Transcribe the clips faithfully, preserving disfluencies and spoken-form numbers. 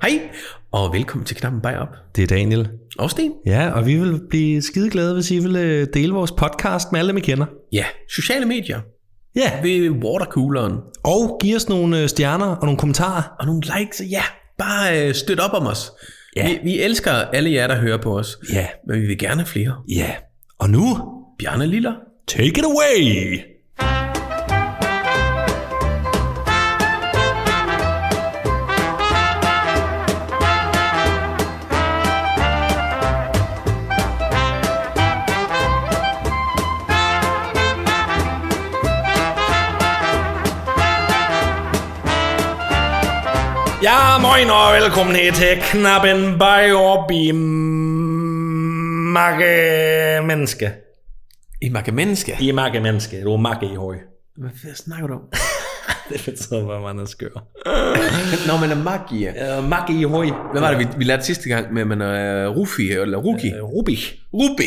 Hej, og velkommen til Knappen Bay Up. Det er Daniel. Og Sten. Ja, og vi vil blive skideglade, hvis I vil dele vores podcast med alle dem, I kender. Ja, sociale medier. Ja. Ved watercooleren. Og giv os nogle stjerner og nogle kommentarer. Og nogle likes. Ja, bare øh, støt op om os. Ja. Vi, vi elsker alle jer, der hører på os. Ja. Men vi vil gerne have flere. Ja. Og nu, Bjarne Liller. take it away! Ja, moin og velkommen her til Knappen Bay Up i Makke Menneske. I Makke Menneske. I Makke Menneske. Du er Makke i høj. Hvad snakker du om? Det betyder bare, man er skør. Når man er magi. Uh, Makke i høj. Hvad var det, vi, vi lærte sidste gang med, at man er uh, Rufi eller Ruki? Uh, Rubi. Rubi.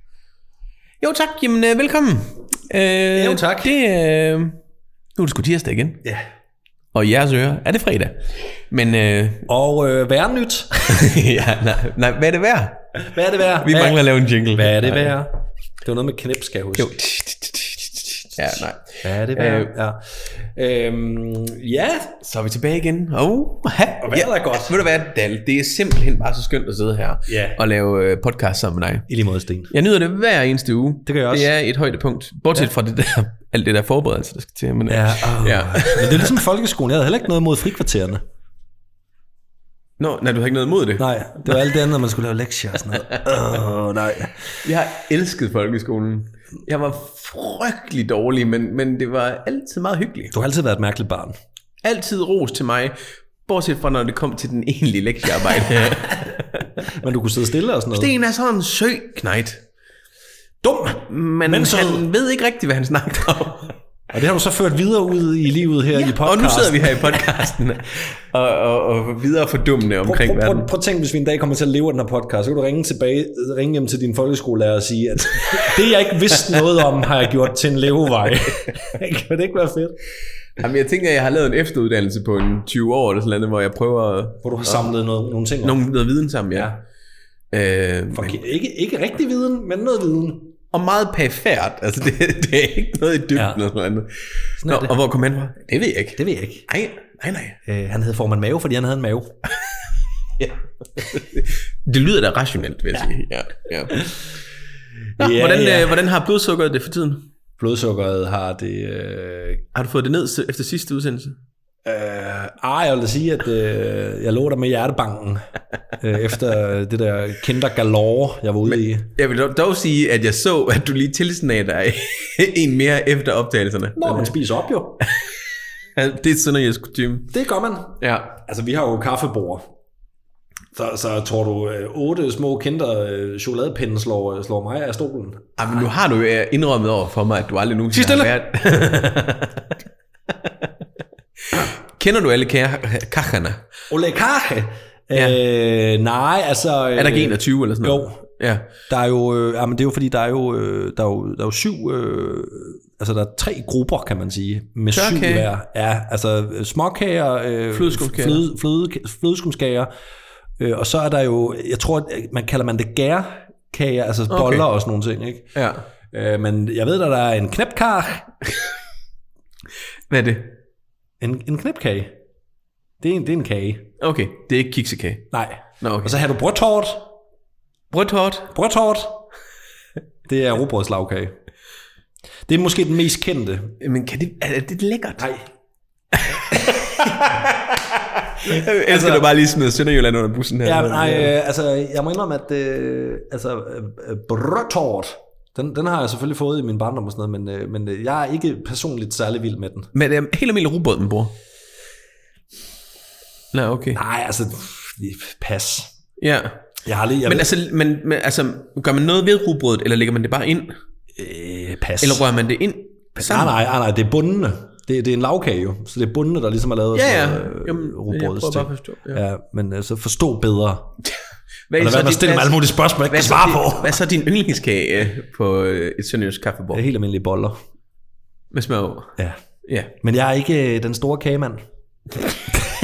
Jo tak, jamen uh, velkommen. Uh, jo tak. Det, uh, nu er det sgu tirsdag igen. Ja. Og i jeres ører er det fredag. Men øh... Og øh, værnyt. ja, nej, nej, hvad er det værd? Hvad er det værd? Vi hvad? mangler at lave en jingle. Hvad er det værd? Det var noget med knip, skal jeg huske. Jo. Ja, nej. Hvad er det værd? Øh... Ja. Øhm, ja. Så er vi tilbage igen. Oh, ha. Og hvad ja, er der godt? Ved du hvad, Dal? Det er simpelthen bare så skønt at sidde her ja. og lave podcast sammen med dig. I lige måde, Sten. Jeg nyder det hver eneste uge. Det gør jeg også. Det er et højdepunkt. Bortset ja. fra det der, alt det der forberedelse, der skal til. Men, ja, oh. ja. Men det er ligesom folkeskolen. Jeg havde heller ikke noget mod frikvartererne. Nå, nej, du har ikke noget imod det? Nej, det var alt det andet, når man skulle lave lektier og sådan noget. Åh, oh, nej. Jeg har elsket folkeskolen. Jeg var frygtelig dårlig, men, men det var altid meget hyggeligt. Du har altid været et mærkeligt barn. Altid ros til mig, bortset fra når det kom til den egentlige lektiearbejde. Men du kunne sidde stille og sådan noget. Sten er sådan en søg knejt. Dum, men, men så... han ved ikke rigtigt, hvad han snakker om. Og det har du så ført videre ud i livet her ja, i podcasten. Og nu sidder vi her i podcasten og, og, og videre fordummende omkring prøv, prøv, verden. Prøv, prøv at tænke, hvis vi en dag kommer til at leve af den her podcast, så kan du ringe tilbage, ringe hjem til din folkeskolelærer og sige, at det jeg ikke vidste noget om, har jeg gjort til en levevej. Kan det ikke være fedt? Jamen, jeg tænker, at jeg har lavet en efteruddannelse på en tyve år eller sådan noget, hvor jeg prøver... Hvor du har samlet og, noget, nogle ting op. Nogle, noget viden sammen, ja. ja. Øh, For, men, ikke, ikke rigtig viden, men noget viden. Og meget perifært, altså det, det er ikke noget i dybden ja. eller noget andet. Nå, og hvor kom han fra? Det ved jeg ikke. Det ved jeg ikke. Nej, nej, nej. Øh, han hed formand Mave, fordi han havde en mave. ja. Det lyder da rationelt, vil jeg ja. sige. Ja, ja. Nå, ja, hvordan, ja. Øh, hvordan har blodsukkeret det for tiden? Blodsukkeret har det... Øh... Har du fået det ned efter sidste udsendelse? Øh, ah, jeg vil sige, at øh, jeg lå der med hjertebanken øh, efter det der Kinder Galore, jeg var ude Men, i. Jeg vil dog, dog sige, at jeg så, at du lige tilsnagde dig en mere efter optagelserne. Nå, man spiser op jo. Det er sådan en kutyme. Det gør man. Ja. Altså, vi har jo kaffebord. Så, så tror du, øh, otte små Kinder øh, chokoladepinde slår, slår mig af stolen? Ah, men nu har du jo indrømmet over for mig, at du aldrig nogensinde har været... Kender du alle kacherne? Ole kache? Ja. Øh, nej, altså... Øh, er der ikke enogtyve eller sådan noget? Jo. Ja. Der er jo... Øh, jamen det er jo fordi, der er jo, øh, der er jo, der er jo syv... Øh, altså der er tre grupper, kan man sige. Med Tørkage. Syv hver. Ja, altså småkager... Øh, flødeskumskager. Fløde, fløde, flødeskumskager. Øh, og så er der jo... Jeg tror, man kalder man det gærkager, altså okay. Boller og sådan nogle ting, ikke? Ja. Øh, men jeg ved, at der er en knæpkar. Hvad er det? En, en knæpkage. Det er en, det er en kage. Okay, det er ikke kiksekage. Nej. Nå, okay. Og så har du brødtort. Brødtort? Brødtort. Det er rugbrødslagkage. Det er måske den mest kendte. Men kan det, er det lækkert? Nej. Jeg elsker altså, du bare lige smide Sønderjylland under bussen her. Ja, nej, øh, altså jeg må indrømme, at øh, altså, øh, brødtort, den, den har jeg selvfølgelig fået i min barndom og sådan noget, men, øh, men jeg er ikke personligt særlig vild med den. Men det er helt almindelig rugbrød, den bruger? Nej, okay. Nej, altså, pas. Ja. Jeg har lige, jeg men, altså, men, men altså, gør man noget ved rugbrødet, eller lægger man det bare ind? Øh, pas. Eller rører man det ind sammen? Nej, nej, nej, det er bundene. Det, det er en lavkage jo, så det er bundene, der ligesom har lavet ja, ja. rugbrødets ting. Jeg prøver bare at forstå. Ja, ja men så altså, forstå bedre. Hvad er så dit, stille med alle mulige spørgsmål, jeg ikke kan svare på. Hvad er så din yndlingskage på et sønderjysk kaffebord? Det er helt almindelige boller. Med smør over? Ja. Ja. Men jeg er ikke den store kagemand.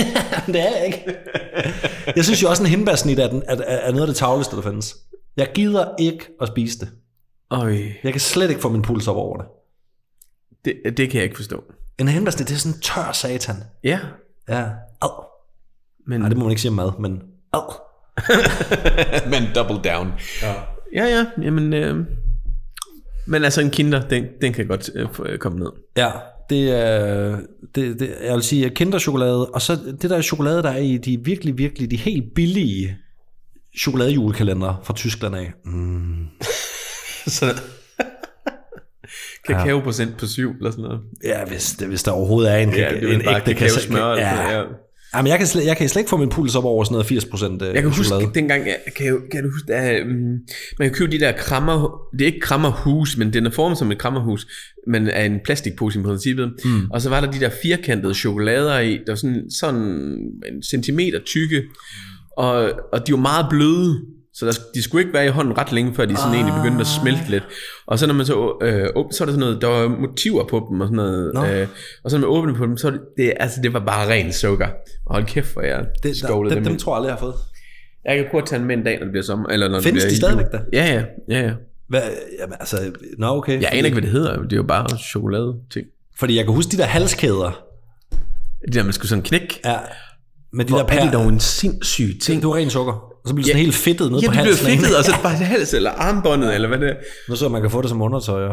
Det er jeg ikke. Jeg synes jo også, en hindbærsnit er, den, er, er noget af det tavligste, der findes. Jeg gider ikke at spise det. Øj. Jeg kan slet ikke få min puls op over det. Det, det kan jeg ikke forstå. En hindbærsnit, det er sådan en tør satan. Ja. Ja. Ad. Men... Nej, det må man ikke sige om mad, men... Ad. Men double down. Ja, ja. ja jamen, øh... men altså en Kinder, den, den kan godt øh, komme ned. Ja, det er... Det, det, jeg vil sige Kinderchokolade, og så det der chokolade, der er i de virkelig, virkelig, de helt billige chokoladejulekalendere fra Tyskland af. Mm. Så kakaoprocent på syv eller sådan noget. Ja, hvis, det, hvis der overhovedet er en, ja, en ægte kakaosmør. Ja. Ja. Jamen, jeg kan, slet, jeg kan slet ikke få min puls op over sådan noget firs procent Jeg kan chokolade. huske dengang, jeg, kan, jeg, kan du huske, at, um, man kan købe de der krammer, det er ikke krammerhus, men den er formet som et krammerhus, men er en plastikpose i princippet. Mm. Og så var der de der firkantede chokolader i, der var sådan, sådan en centimeter tykke, og, og de var meget bløde. Så der, de skulle ikke være i hånden ret længe, før de sådan ah. egentlig begyndte at smelte lidt. Og så når man så øh, åbnede, så var der sådan noget, der var motiver på dem og sådan noget. No. Øh, og så når man åbnede på dem, så var det, det, altså, det var bare ren sukker. Og hold kæft, hvor jeg det, skovlede dem. Dem, dem tror jeg aldrig, jeg har fået. Jeg kan prøve at tage den med en dag, når det bliver sommer. Eller når Findes det bliver de stadigvæk der? Ja, ja, ja, ja. Hvad, jamen, altså, nå okay. Jeg aner ikke, hvad det hedder. Det er jo bare chokolade ting. Fordi jeg kan huske de der halskæder. De der, man skulle sådan knække. Ja. Men de hvor der per... er det dog en sindssyg ting. Det var ren sukker. Og så bliver det sådan ja. helt fedtet ned ja, på halsen. Ja, det bliver fedtet, og så er det bare hals eller armbåndet, eller hvad det er. Nu så man kan få det som undertøj, ja.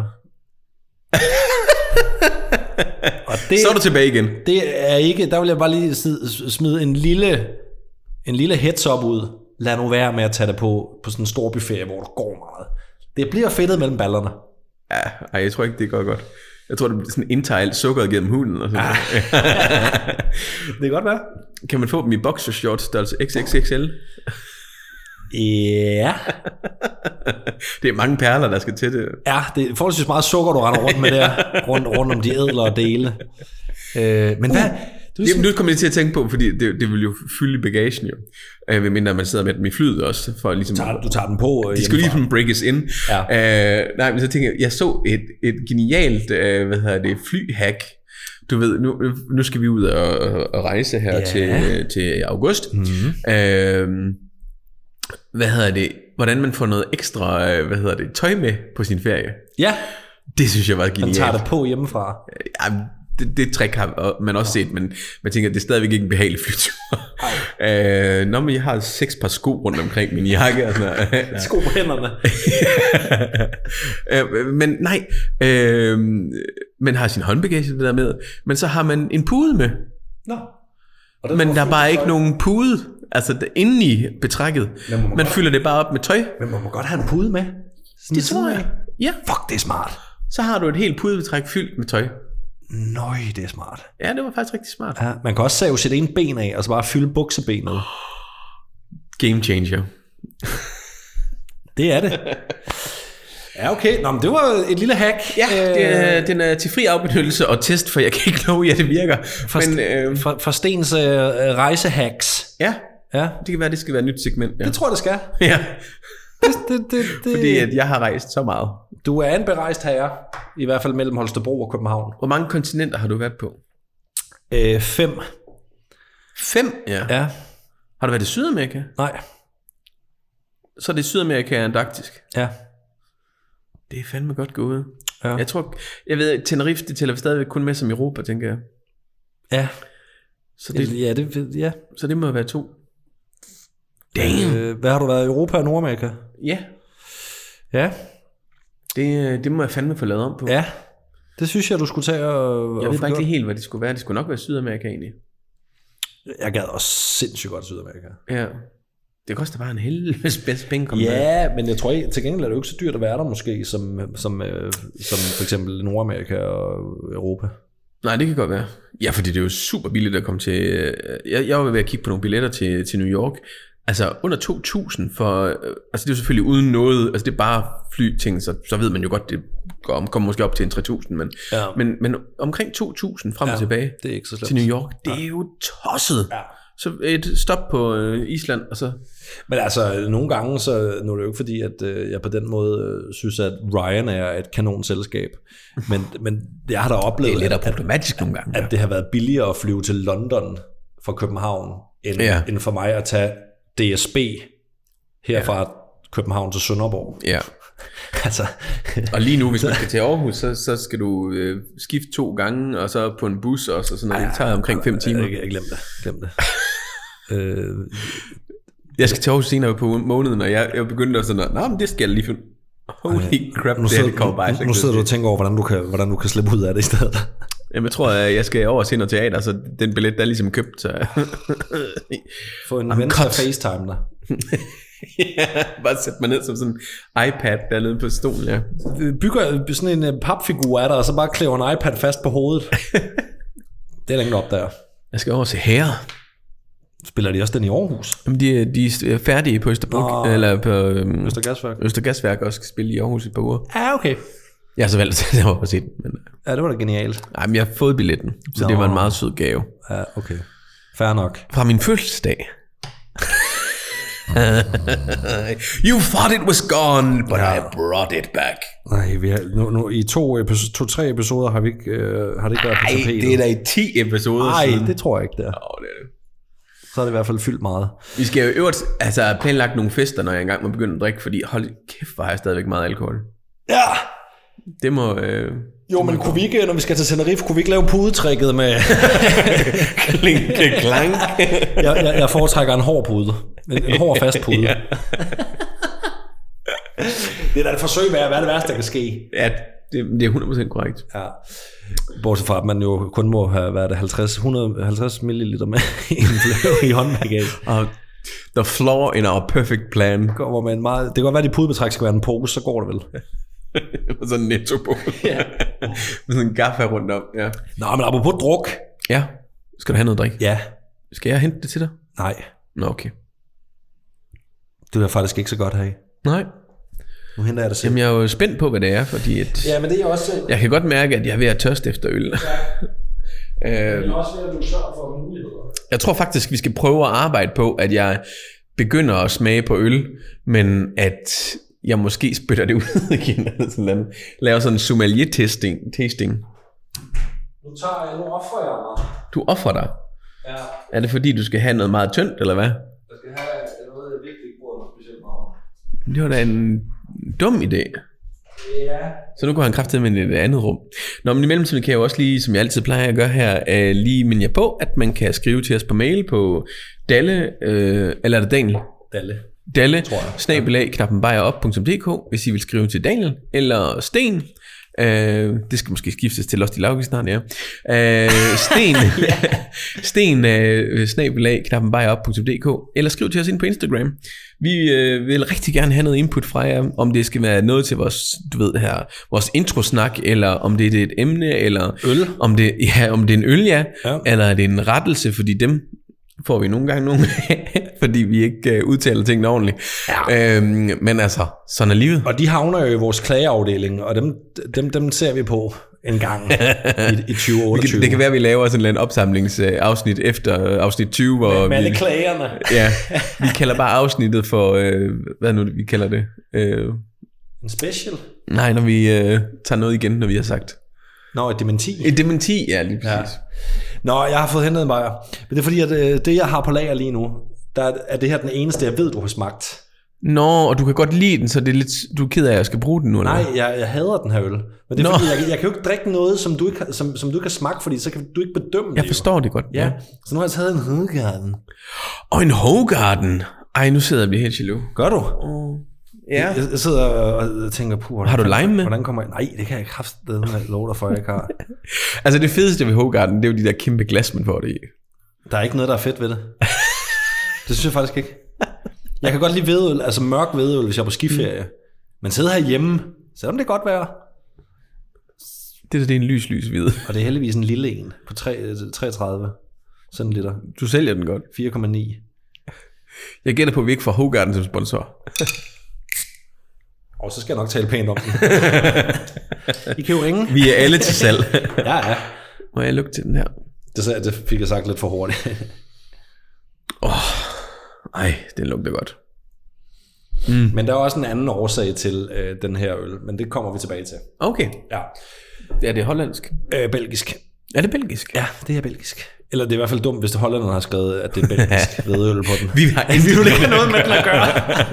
Og det, så er du tilbage igen. Det er ikke, der vil jeg bare lige smide en lille, en lille heads up ud. Lad nu være med at tage det på, på sådan en stor buffet, hvor der går meget. Det bliver fedtet mellem ballerne. Ja, ej, jeg tror ikke, det går godt. Jeg tror, det sådan indtager alt sukkeret gennem huden. Og sådan ah. Det kan godt være. Kan man få dem i boxershorts størrelse X X X L? Ja. Det er mange perler, der skal til det. Ja, det er forholdsvis meget sukker, du render rundt med der. Rundt, rundt om de ædlere dele. Øh, men hvad... Du Jamen, nu kommer jeg til at tænke på, fordi det, det vil jo fylde i bagagen jo. Øh, ved mindre man sidder med dem i flyet også. For ligesom, du, tager, du tager den på. De skulle lige breakes in. Ja. Øh, nej, men så tænker jeg, jeg så et, et genialt, øh, hvad hedder det, flyhack. Du ved, nu, nu skal vi ud og, og rejse her ja. til, til august. Mm-hmm. Øh, hvad hedder det, hvordan man får noget ekstra, hvad hedder det, tøj med på sin ferie. Ja. Det synes jeg var genialt. Man tager det på hjemmefra. Ja, det, det trick har man også ja. set, men man tænker, det er stadigvæk ikke en behagelig flytur. øh, når man jeg har seks par sko rundt omkring min jakke. Og sådan ja. Sko på hænderne. øh, men nej, øh, man har sin håndbagage der med, men så har man en pude med. Nå. Og men der er bare ikke nogen pude, altså inde i betrækket. Man, man godt... fylder det bare op med tøj. Men man må godt have en pude med. Sådan det tror jeg. Ja. Fuck, det er smart. Så har du et helt pudebetræk fyldt med tøj. Nøj, det er smart. Ja, det var faktisk rigtig smart. Ja, man kan også save sit ene ben af, og så bare fylde buksebenet. Game changer. Det er det. Ja, okay. Nå, men det var et lille hack. Ja, det er, den er til fri afbenyttelse og test, for jeg kan ikke love, at det virker. For, men, øh, for, for Stens øh, rejsehacks. Ja, ja, det kan være, det skal være et nyt segment. Ja. Det tror jeg, det skal. Ja. Det, det, det, det. Fordi at jeg har rejst så meget. Du er en berejst herre, i hvert fald mellem Holstebro og København. Hvor mange kontinenter har du været på? Øh, fem. Fem? Ja. Ja. Har du været i Sydamerika? Nej. Så er det Sydamerika og Antarktisk? Ja. Det er fandme godt gået. Ja. Jeg tror, jeg ved, Tenerife, det tæller stadigvæk kun med som Europa, tænker jeg. Ja. Så det, ja, det, ja. Så det må være to. Damn. Øh, hvad har du været i Europa og Nordamerika? Ja. Ja. Det, det må jeg fandme få lavet om på. Ja. Det synes jeg, du skulle tage og... Jeg ved bare ikke helt, hvad det skulle være. Det skulle nok være Sydamerika egentlig. Jeg gad også sindssygt godt Sydamerika. Ja. Det koster bare en helvedes bedst penge. Ja, der. Men jeg tror ikke, til gengæld er det jo ikke så dyrt at være der måske, som, som, som for eksempel Nordamerika og Europa. Nej, det kan godt være. Ja, fordi det er jo super billigt at komme til... Jeg, jeg var ved at kigge på nogle billetter til, til New York. Altså under to tusind for... Altså det er jo selvfølgelig uden noget... Altså det er bare flyting, så, så ved man jo godt, det går, kommer måske op til en tre tusind. Men, ja. men, men omkring to tusind frem og ja, tilbage det er ikke så slemt. Til New York, det ja. er jo tosset. Ja. Så et stop på øh, Island, og så... Men altså, nogle gange, så nu er det jo ikke fordi, at øh, jeg på den måde øh, synes, at Ryan er et kanonselskab. Men, men jeg har da oplevet... Det er lidt at, problematisk at, nogle gange. At, ja. at det har været billigere at flyve til London fra København, end, ja. end for mig at tage D S B herfra ja. København til Sønderborg. Ja. altså. Og lige nu, hvis du skal til Aarhus, så, så skal du øh, skifte to gange, og så på en bus, og så sådan noget. Det tager omkring fem timer. Jeg, jeg glemte det. Glem det. øh, jeg skal til Aarhus senere på måneden, og jeg, jeg begyndte også sådan, nej, men det skal jeg lige finde. Holy crap, nu det sidder, det kommer bare. Nu, nu sidder du og tænker over, hvordan du kan, hvordan du kan slippe ud af det i stedet. Jamen, jeg tror, jeg skal over til noget teater, så den billet, der er ligesom købt. Så... Få en ven til at FaceTime dig. Ja, bare sætte mig ned som sådan en iPad dernede på stolen, ja. Bygger sådan en papfigur af dig, og så bare klæver en iPad fast på hovedet. Det er der ingen opdager. Jeg skal over til Herre. Spiller de også den i Aarhus? Jamen, de, de er færdige på Østerbro, eller på øhm, Østergasværk. Østergasværk og skal spille i Aarhus i et par uger. Ja, okay. Jeg har så valgt at jeg var set den. Men... Ja, det var da genialt. Nej, men jeg har fået billetten, så Nå. Det var en meget sød gave. Ja, okay. Fair nok. Fra min fødselsdag. You thought it was gone, but ja. I brought it back. Nej, vi har, nu, nu, i to, episo- to, tre episoder har, vi ikke, øh, har det ikke været på tapetet. Nej, det er da i ti episoder Nej, siden. det tror jeg ikke, det er. Oh, det er det. Så er det i hvert fald fyldt meget. Vi skal jo øvrigt altså, planlagt nogle fester, når jeg engang må begynde at drikke, fordi hold kæft, hvor har jeg stadigvæk meget alkohol. Ja! Det må... Øh, jo, men kunne vi ikke, når vi skal til Tenerife, kunne vi ikke lave pudetrækket med... Klinke klang. jeg, jeg, jeg foretrækker en hård pude. En, en hård fast pude. Ja. Det er da et forsøg med at være det værste, der kan ske. Ja, det, det er hundrede procent korrekt. Ja. Bortset fra, at man jo kun må have været halvtreds, hundrede, halvtreds milliliter med i håndbagage. Og the flaw in our perfect plan. Går med en meget, det kan godt være, at de pudebetræk skal være en pose, så går det vel. Sådan en netto-pose. Ja. Med sådan en gaffa rundt om. Ja. Nå, men apropos druk. Ja. Skal du have noget drik? Ja. Skal jeg hente det til dig? Nej. Nå, okay. Det er faktisk ikke så godt her i. Nej. Nu henter jeg det selv. Jamen, jeg er jo spændt på, hvad det er, fordi... Et, ja, men det er jeg også selv. Jeg kan godt mærke, at jeg er ved at tørste efter øl. Ja. øh, men også ved at du sørger for muligheder. Jeg tror faktisk, vi skal prøve at arbejde på, at jeg begynder at smage på øl, men at jeg måske spytter det ud igen. Eller sådan noget. Laver sådan en sommelier-tasting. Tasting. Nu tager jeg, nu offrer jeg mig. Du offrer dig? Ja. Er det fordi, du skal have noget meget tyndt, eller hvad? Jeg skal have noget, jeg virkelig ikke bruger noget specielt meget. Det var da en dum idé. Ja. Så nu går han kraftigt med et andet rum. Nå, men i mellemtiden kan jeg jo også lige, som jeg altid plejer at gøre her, øh, lige minde jer på, at man kan skrive til os på mail på Dalle, øh, eller er det Daniel? Dalle. Dalle, snabelag, knappen bajerop punktum d k, hvis I vil skrive til Daniel, eller Sten. Øh, det skal måske skiftes til Lost i Lauke snart, ja. Øh, Sten, Sten øh, snabelag, knappen bajerop punktum d k, eller skriv til os ind på Instagram. Vi øh, vil rigtig gerne have noget input fra jer, om det skal være noget til vores, du ved her, vores introsnak, eller om det er et emne, eller øl. Om det, ja, om det er en øl, ja, ja. Eller er det en rettelse, fordi dem får vi nogle gange nogle fordi vi ikke øh, udtaler tingene ordentligt. Ja. Øhm, men altså, sådan er livet. Og de havner jo i vores klageafdeling, og dem, dem, dem ser vi på en gang i, i tyve otteogtyve. Det kan være, at vi laver sådan en opsamlingsafsnit efter afsnit tyve. Hvor med alle vi, klagerne. Ja, vi kalder bare afsnittet for, øh, hvad nu vi kalder det? Øh, en special? Nej, når vi øh, tager noget igen, når vi har sagt. Nå, et dementi. Et dementi, ja, lige præcis. Ja. Nå, jeg har fået hentet en bajer. Men det er fordi, at øh, det jeg har på lager lige nu, der er det her den eneste, jeg ved, du har smagt. Nå, og du kan godt lide den, så det er lidt, du er ked af, at jeg skal bruge den nu, eller? Nej, jeg, jeg hader den her øl. Men det er Nå. fordi, jeg, jeg kan jo ikke drikke noget, som du ikke, som, som du ikke kan smage, fordi så kan du ikke bedømme det. Jeg forstår jo. Det godt. Ja. ja, så nu har jeg taget en Hoegaarden. Og en Hoegaarden? Ej, nu sidder jeg og bliver helt jaloux. Gør du? Oh. Ja. Jeg, jeg sidder og tænker på, har du lime med? Hvordan kommer jeg? Nej, det kan jeg ikke kraftedeme love dig for, jeg ikke har. Altså det fedeste ved Hoegaarden, det er jo de der kæmpe glas, man får det i. Der er ikke noget, der er fedt ved det. Det synes jeg faktisk ikke. Jeg kan godt lide hvedøl, altså mørk hvedøl, hvis jeg er på skiferie. Mm. Men sidde herhjemme, selvom det godt være. Det, det er en lys, lys hvid. Og det er heldigvis en lille en på treogtredive centiliter. Du sælger den godt. fire komma ni. Jeg gætter på, at vi ikke får Hoegaarden som sponsor. Og så skal jeg nok tale pænt om den. I kan jo ringe. Vi er alle til salg. Ja, ja. Må jeg lukke til den her? Det, det fik jeg sagt lidt for hurtigt. Åh, oh, ej, den lugter godt. Mm. Men der er også en anden årsag til øh, den her øl, men det kommer vi tilbage til. Okay. Ja. Er det hollandsk? Øh, belgisk. Er det belgisk? Ja, det er belgisk. Eller det er i hvert fald dumt, hvis det hollænderne har skrevet, at det er belgisk hvedeøl på den. Vi har vi vil ikke have noget med den at gøre.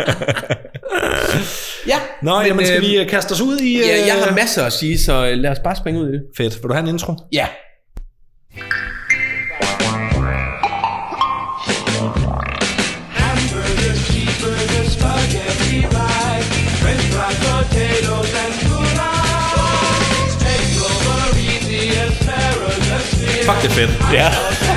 Ja. Nå, men, jamen skal øh, vi kaste os ud i... Øh... Ja, jeg har masser at sige, så lad os bare springe ud i det. Fedt. Vil du have en intro? Ja. Fuck, det er fedt. Ja.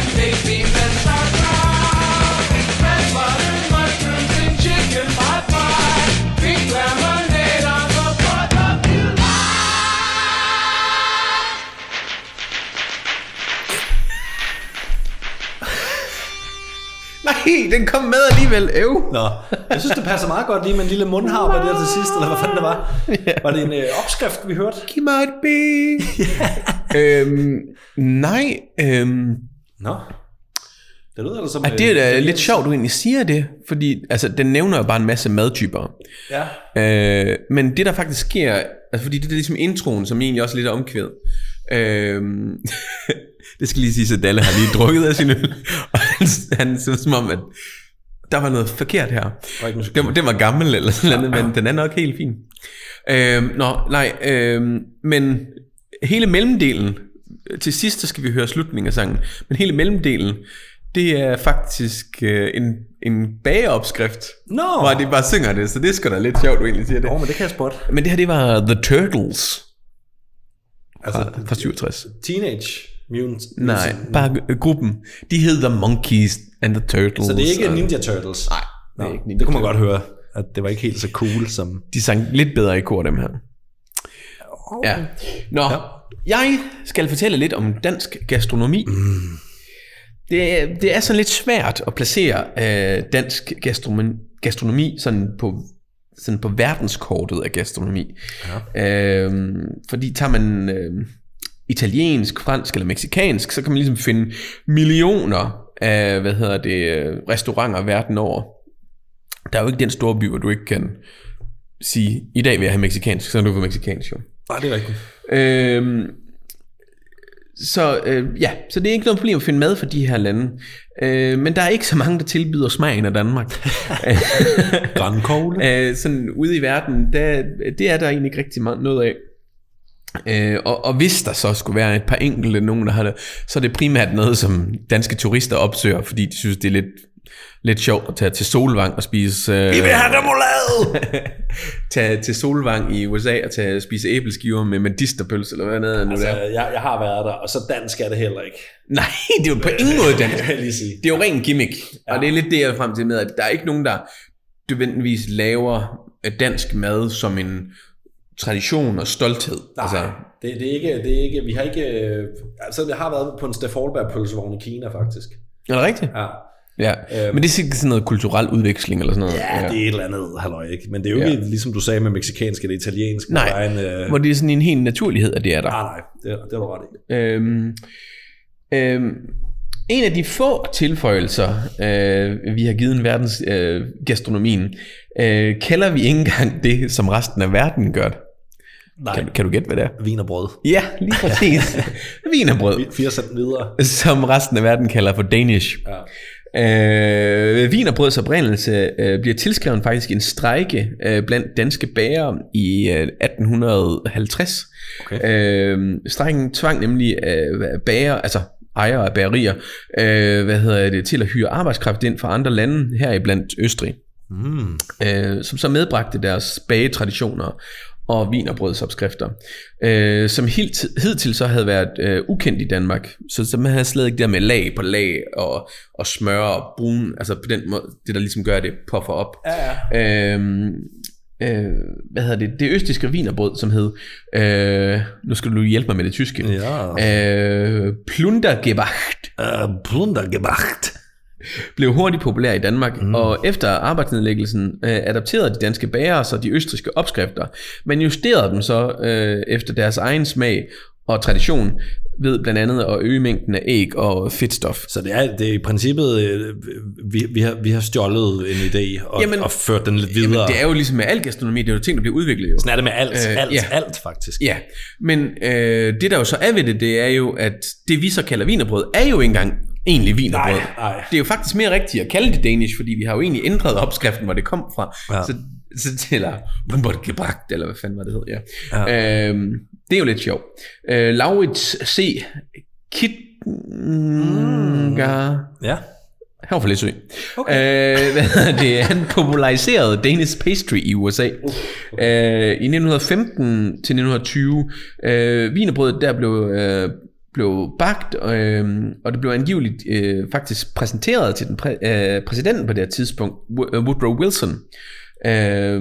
Nej, den kom med alligevel. Øv. Nå, jeg synes, det passer meget godt lige med en lille mundharper der til sidst, eller hvad fanden det var. Var det en øh, opskrift, vi hørte? Giv mig et be. øhm, nej. Øhm, Nå. Det lyder da som... Ah, det er da lidt sjovt, du egentlig siger det, fordi altså, den nævner jo bare en masse madtyper. Ja. Øh, men det der faktisk sker, altså, fordi det er ligesom introen, som egentlig også er lidt omkvæd. Øh, det skal lige sige, at Dalle har lige drukket af sin øl, og han, han så som om, at der var noget forkert her. Den, den var gammel eller sådan noget, men den er nok helt fin. Øh, nå, nej, øh, men hele mellemdelen, til sidst så skal vi høre slutningen af sangen, men hele mellemdelen, det er faktisk øh, en, en bageopskrift, no. hvor de bare synger det, så det er sgu da lidt sjovt, du egentlig siger det. Nå, men det kan jeg spotte. Men det her, det var The Turtles, altså, fra, fra syvogtres. Teenage Mutant. Nej, bare gruppen. De hedder Monkeys and the Turtles. Så det er ikke Ninja Turtles? Nej, det, er ikke Ninja det kunne man Turtles. godt høre, at det var ikke helt så cool som... De sang lidt bedre i kor, dem her. Okay. Ja. Nå, ja. Jeg skal fortælle lidt om dansk gastronomi. Mm. Det, er, det er sådan lidt svært at placere øh, dansk gastronomi, gastronomi sådan på, sådan på verdenskortet af gastronomi. Ja. Øh, fordi tager man øh, italiensk, fransk eller mexikansk, så kan man ligesom finde millioner af hvad hedder det, restauranter verden over. Der er jo ikke den store by, hvor du ikke kan sige, i dag vil jeg have mexikansk, så er du for mexikansk jo. Nej, det er rigtigt. Øh, Så øh, ja, så det er ikke noget problem at finde mad for de her lande. øh, Men der er ikke så mange, der tilbyder smagen af Danmark. Grønkogle øh, Sådan ude i verden, der, det er der egentlig ikke rigtig meget noget af. øh, og, og hvis der så skulle være et par enkelte nogen, der har det, så er det primært noget, som danske turister opsøger, fordi de synes, det er lidt, lidt sjovt at tage til Solvang og spise øh, I vil have remoulade! tage til Solvang i U S A og tage, spise æbleskiver med medisterpølse eller hvad noget nu altså, der. Jeg, jeg har været der, og så dansk er det heller ikke. Nej, det er jo på ingen måde dansk. lige sige. Det er jo ren gimmick. Ja. Og det er lidt det, jeg er frem til med, at der er ikke nogen, der nødvendigvis laver dansk mad som en tradition og stolthed. Nej, altså, det, det, er ikke, det er ikke, vi har ikke, altså jeg har været på en Steffolberg pølsevogn i Kina faktisk. Er det rigtigt? Ja. Ja, øhm, men det er ikke sådan noget kulturel udveksling eller sådan noget. Ja, ja. Det er et eller andet, halløj, ikke? Men det er jo ikke, ja. Ligesom du sagde med mexikansk eller italiensk. Nej, der er en, øh... hvor det er sådan en helt naturlighed, at det er der. Nej, nej, det, det er du ret i. Øhm, øhm, en af de få tilføjelser, øh, vi har givet en verdens øh, gastronomien, øh, kalder vi ikke engang det, som resten af verden gør det. Nej. Kan, kan du gætte, hvad det er? Wienerbrød. Ja, lige præcis. Wienerbrød. Fire cent videre. Som resten af verden kalder for Danish. Ja. Øh, Wienerbrøds oprindelse øh, bliver tilskrevet faktisk en strejke øh, blandt danske bagere i øh, atten halvtreds. Okay. Øh, strejken tvang nemlig øh, bager, altså ejere af bagerier, øh, hvad hedder det, til at hyre arbejdskraft ind fra andre lande, heriblandt Østrig, mm. øh, som så medbragte deres bagetraditioner og wienerbrødsopskrifter, øh, som helt, hidtil så havde været øh, ukendt i Danmark. Så, så man havde slet ikke der med lag på lag og, og smør og brun, altså på den måde, det der ligesom gør det puffer op. Ja, ja. Øh, øh, hvad hedder det? Det østrigske wienerbrød, som hed, øh, nu skal du hjælpe mig med det tyske, ja. øh, Plundergewacht. Uh, Plundergewacht. Blev hurtigt populær i Danmark, mm. og efter arbejdsnedlæggelsen øh, adapterede de danske bagere så de østrigske opskrifter, men justerede dem så øh, efter deres egen smag og tradition ved blandt andet at øge mængden af æg og fedtstof. Så det er, det er i princippet, øh, vi, vi, har, vi har stjålet en idé og, jamen, og ført den lidt videre. Jamen, det er jo ligesom med al gastronomi, det er jo ting, der bliver udviklet. Jo. Sådan er det med alt, øh, alt, ja. alt faktisk. Ja, men øh, det der jo så er ved det, det er jo, at det vi så kalder wienerbrød, er jo ikke engang egentlig wienerbrød. Nej, nej. Det er jo faktisk mere rigtigt at kalde det danish, fordi vi har jo egentlig ændret opskriften, hvor det kom fra. Ja. Så, så eller Wundergebracht, eller hvad fanden var det hed, ja. ja. Øhm, det er jo lidt sjovt. Øh, Laurits C. Kittner. Mm. Ja. Han var fra Læsø. Okay. Øh, det, han populariserede Danish pastry i U S A. Okay. Øh, I nitten femten til nitten tyve. Øh, wienerbrødet der blev, øh, blev bagt, øh, og det blev angiveligt øh, faktisk præsenteret til den præ, øh, præsidenten på det her tidspunkt, Woodrow Wilson. Øh,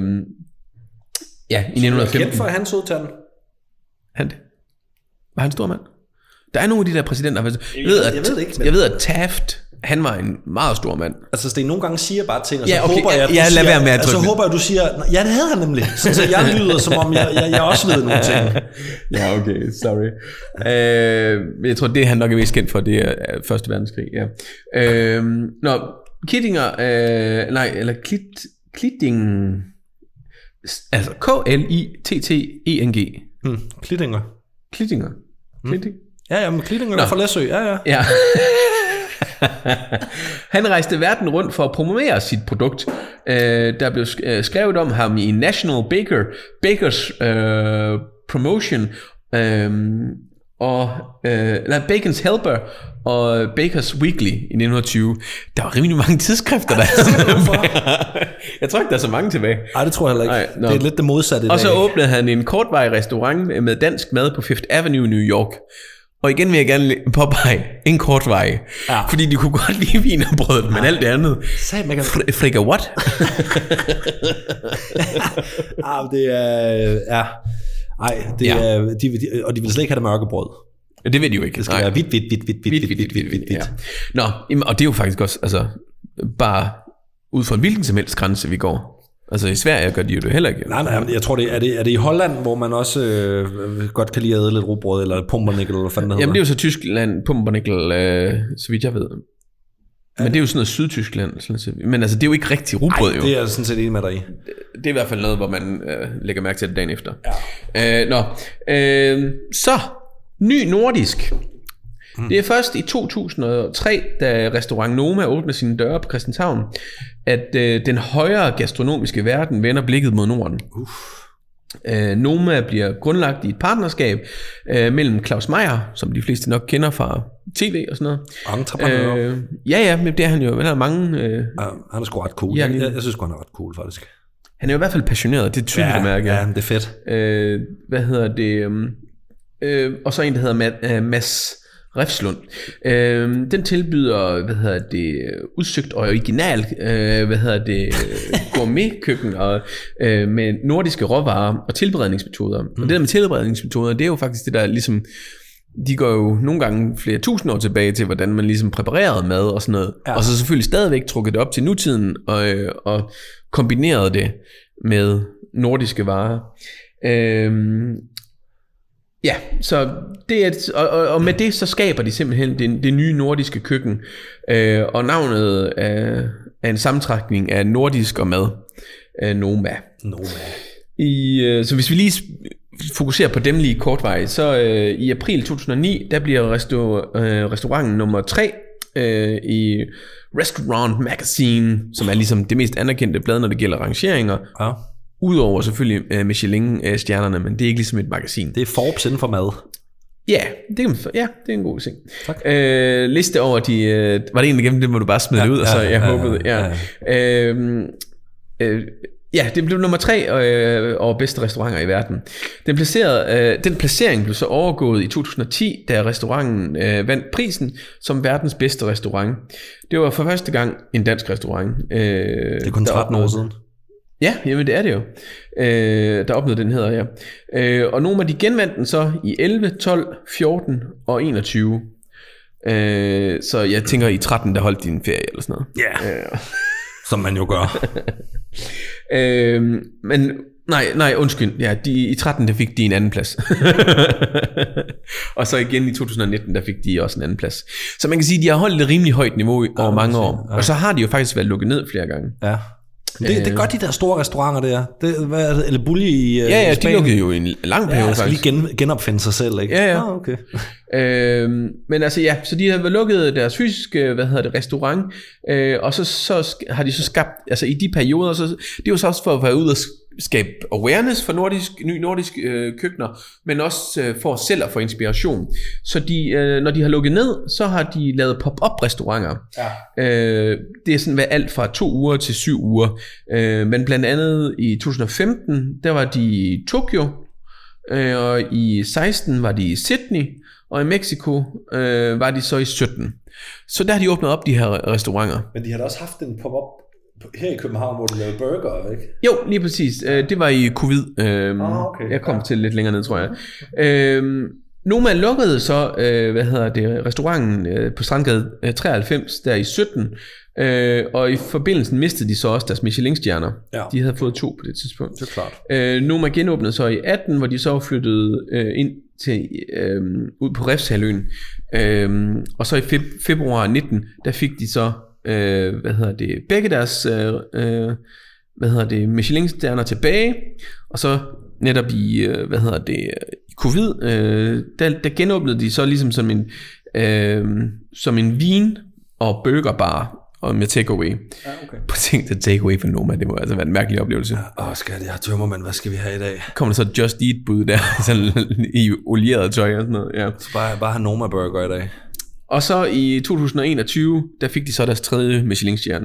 ja, i nitten femten. Kendt for hans udtand? Han var han stor mand? Der er nogle af de der præsidenter. Jeg ved, at, jeg ved det ikke. Men... Jeg ved, at Taft, han var en meget stor mand. Altså, Sten nogle gange siger bare ting, og så ja, okay. håber jeg, at du ja, siger, være med at altså, håber jeg, du siger, ja, det havde han nemlig. Så, så jeg lyder, som om jeg, jeg, jeg også ved nogle ting. Ja, okay, sorry. Øh, jeg tror, det han nok er mest kendt for, det er Første Verdenskrig. Ja. Øh, nå, Kittinger, øh, nej, eller Klit, Klitting, altså K L I T T E N G. Hmm, Klittinger. Klittinger. Klitting. Hmm. Ja, ja, men Klittinger er fra Læsø, ja, ja. Ja. Han rejste verden rundt for at promovere sit produkt. Uh, der blev skrevet om ham i National Baker Bakers uh, Promotion um, og uh, nej, Bacon's Helper og Bakers Weekly i nitten tyve. Der var rimelig mange tidsskrifter der. Jeg tror ikke der er så mange tilbage. Nej, det tror jeg heller ikke. Ej, no. Det er lidt det modsatte. Og så åbnede han en kortvarig restaurant med dansk mad på Fifth Avenue i New York. Og igen vil jeg gerne påpege en kort vej. Ja. Fordi de kunne godt lide wienerbrødet, ja. Men alt det andet. Fr- Frikker what? Ja, det er... Ja. Ej, det ja. er... De, de, og de vil slet ikke have det mørke brød. Det ved de jo ikke. Det skal Nej. være hvidt, hvidt, hvidt, hvidt, hvidt, hvidt, hvidt, hvidt, hvidt. Ja. Nå, og det er jo faktisk også... Altså, bare ud fra en hvilken som helst grænse, vi går. Altså i Sverige gør de jo det heller ikke. Nej, nej, jeg tror det er, det er det i Holland, hvor man også øh, godt kan lide at æde lidt rugbrød, eller pumpernickel, eller hvad fanden det hedder. Jamen det er jo så Tyskland, pumpernickel, øh, så vidt jeg ved. Men det er jo sådan noget Sydtyskland. Sådan, men altså det er jo ikke rigtig rugbrød. Nej, det er jeg sådan set enig med dig i. Det, det er i hvert fald noget, hvor man øh, lægger mærke til det dagen efter. Ja. Øh, nå, øh, så ny nordisk. Hmm. Det er først i to tusind og tre, da restaurant Noma åbner sine døre på Christianshavn, at øh, den højere gastronomiske verden vender blikket mod Norden. Uff. Øh, Noma bliver grundlagt i et partnerskab øh, mellem Claus Meyer, som de fleste nok kender fra tv og sådan noget. Entreprenør. Øh, ja, ja, men det er han jo. Han har mange... Øh, ja, han er sgu ret cool. Ja, jeg, jeg synes han er ret cool, faktisk. Han er jo i hvert fald passioneret, det er tydeligt ja, at mærke. Ja, det er fedt. Øh, hvad hedder det? Øh, og så en, der hedder Mads... Mads Refslund. Øh, den tilbyder, hvad hedder det, udsøgt og original, øh, hvad hedder det, gourmetkøkken og øh, med nordiske råvarer og tilberedningsmetoder. Mm. Og det der med tilberedningsmetoder, det er jo faktisk det der ligesom, de går jo nogle gange flere tusind år tilbage til, hvordan man ligesom præparerede mad og sådan noget. Ja. Og så selvfølgelig stadigvæk trukket det op til nutiden og, øh, og kombineret det med nordiske varer. Øh, Ja, så det er, og, og med det så skaber de simpelthen det, det nye nordiske køkken, øh, og navnet er, er en sammentrækning af nordisk og mad, øh, Noma. Noma. I, øh, så hvis vi lige fokuserer på dem lige kortvej, så øh, i april to tusind og ni, der bliver restaur, øh, restauranten nummer tre øh, i Restaurant Magazine, som er ligesom det mest anerkendte blad, når det gælder rangeringer. Ja. Udover selvfølgelig uh, Michelin-stjernerne, men det er ikke ligesom et magasin. Det er Forbes inden for mad. Ja, det er, ja, det er en god ting. Tak. Uh, liste over de... Uh, var det egentlig igennem, det må du bare smide ja, ud, og så jeg ja, håbede... Ja, ja. Uh, uh, ja, det blev nummer tre uh, over bedste restauranter i verden. Den, placerede, uh, den placering blev så overgået i to tusind og ti, da restauranten uh, vandt prisen som verdens bedste restaurant. Det var for første gang en dansk restaurant. Uh, det er kun tretten år siden. Ja, jamen det er det jo. Øh, der opnåede den hedder, ja. Øh, og nogle af de genvandt den så i elleve, tolv, fjorten og enogtyve. Øh, så jeg tænker i tretten, der holdt din ferie eller sådan noget. Ja, yeah. øh. Som man jo gør. øh, men nej, nej, undskyld. Ja, de, i tretten der fik de en anden plads. Og så igen i to tusind og nitten, der fik de også en anden plads. Så man kan sige, de har holdt et rimelig højt niveau over ja, mange år. Ja. Og så har de jo faktisk været lukket ned flere gange. Ja. Det, det er godt de der store restauranter der. Det, hvad er det? Eller Bulli i Ja, ja, i de lukkede jo i en lang periode. Ja, skal lige gen, genopfinde sig selv, ikke? Ja, ja. Ah, okay. Øh, men altså ja, så de har lukket deres fysiske, hvad hedder det, restaurant, øh, og så, så har de så skabt, altså i de perioder, så, det er jo så også for at være ude og skabe awareness for nordisk, ny nordisk øh, køkkener, men også øh, for selv at få inspiration. Så de, øh, når de har lukket ned, så har de lavet pop-up restauranter. Ja. Øh, det er sådan hvad alt fra to uger til syv uger. Øh, men blandt andet i to tusind og femten, der var de i Tokyo, øh, og i seksten var de i Sydney, og i Mexico øh, var de så i sytten. Så der har de åbnet op de her restauranter. Men de har da også haft en pop-up her i København, hvor du lavede burger, ikke? Jo, lige præcis. Det var i covid. Øhm, ah, okay. Jeg kom ja. til lidt længere ned, tror jeg. Øhm, Noma lukkede så, øh, hvad hedder det, restauranten øh, på Strandgade øh, treoghalvfems, der i sytten. Øh, og i forbindelsen mistede de så også deres Michelin-stjerner. Ja. De havde fået to på det tidspunkt. Det er klart. Øh, Noma genåbnede så i atten, hvor de så flyttede øh, ind til, øh, ud på Refshaløen. Øh, og så i feb- februar nitten, der fik de så Øh, hvad hedder det, begge deres øh, øh, hvad hedder det, Michelin-stjerner tilbage, og så netop i, øh, hvad hedder det, i covid, øh, der, der genåbnede de så ligesom som en øh, som en vin- og burgerbar og med takeaway. Ja, okay. På ting til takeaway for Noma, det må altså være en mærkelig oplevelse. Ja, åh, skal jeg tømmermand, hvad skal vi have i dag? Kommer der så Just Eat bud der, sådan i olieret tøj og sådan noget. Ja. Så bare, bare have Noma burger i dag. Og så i to tusind og enogtyve, der fik de så deres tredje Michelin-stjerne.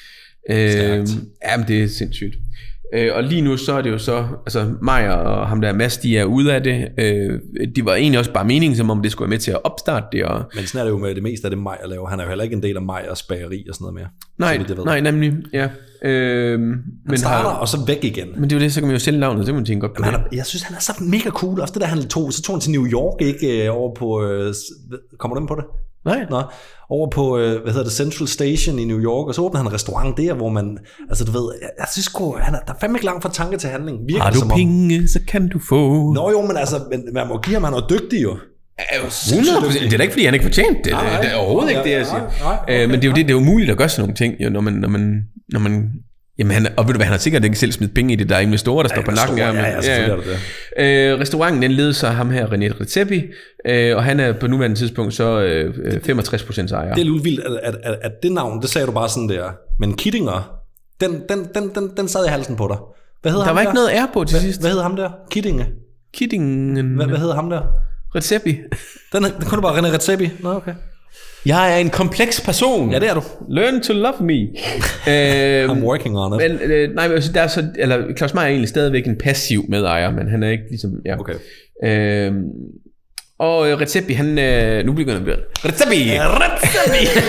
Øh, jamen, det er sindssygt. Øh, og lige nu så er det jo så, altså Meyer og ham der Mads, de er ude af det. Øh, de var egentlig også bare meningen, som om det skulle være med til at opstarte det. Og men sådan er det jo med det meste af det Meyer laver. Han er jo heller ikke en del af Meyers bageri og sådan noget mere. Nej, det nej nemlig, ja. Øh, han men starter har, og så væk igen. Men det er jo det, så kan man jo sælge navnet, det må man tænke godt på. Han er, jeg synes, han er så mega cool. Også det der, han tog, så tog han til New York, ikke over på, øh, kommer du ind på det? Nej. Nå, over på, øh, hvad hedder det, Central Station i New York, og så åbner han en restaurant der, hvor man, altså du ved, jeg, jeg synes sgu, han er, der er fandme ikke langt fra tanke til handling. Virker har du som penge, om, så kan du få. Nå jo, men altså, men, man må give ham, han er dygtig jo. hundrede procent Det er da ikke, fordi han ikke fortjent det. Nej, nej, det er overhovedet nej, ikke det, jeg siger. Nej, nej, okay, øh, men det er jo det, det er umuligt at gøre sådan nogle ting, jo, når man, når man, når man jamen han, og ved du hvad, han har sikkert ikke selv smidt penge i det, der er investorer, der ja, står på nakken. Ja, ja, ja, ja, ja. Øh, restauranten, den leder så ham her, René Redzepi, øh, og han er på nuværende tidspunkt så øh, femogtres procent ejer. Det er lidt vildt, at, at, at, at det navn, det sagde du bare sådan der, men Kittinger, den, den, den, den, den sad i halsen på dig. Hvad hedder der ham var der? Ikke noget R på til hvad, sidst. Hvad hedder ham der? Kittinge? Kittingen. Hvad, hvad hedder ham der? Redzepi. Den, den kunne du bare René Redzepi. Nå, okay. Jeg er en kompleks person. Ja, det er du. Learn to love me. øh, I'm working on it. Men, øh, nej, altså, der er så, eller Claus Meyer er egentlig stadigvæk en passiv medejer, men han er ikke ligesom, ja. Okay. Øh, og øh, Redzepi, han, øh, nu begynder han at Redzepi! Redzepi!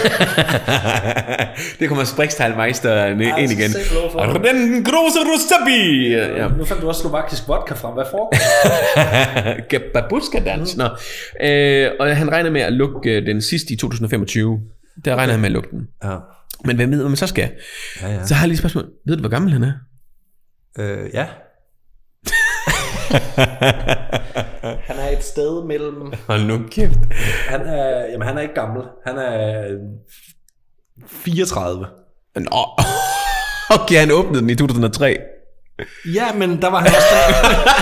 Det kommer Sprikstejlmeister ind igen. Den große Redzepi! Ja. Nu fandt du også slovakisk vodka frem. Hvad foregår? Babushka-dans. Mm. Øh, og han regner med at lukke den sidste i to tusind og femogtyve. Der regner okay. han med at lukke den. Ja. Men hvem ved, hvad man så skal? Ja, ja. Så har jeg lige et spørgsmål. Ved du, hvor gammel han er? Øh, ja. Han er et sted mellem... Hold nu kæft. Han er, jamen, han er ikke gammel. Han er fireogtredive. Nå. Okay, han åbnede den i to tusind og tre. Ja, men der var han også der.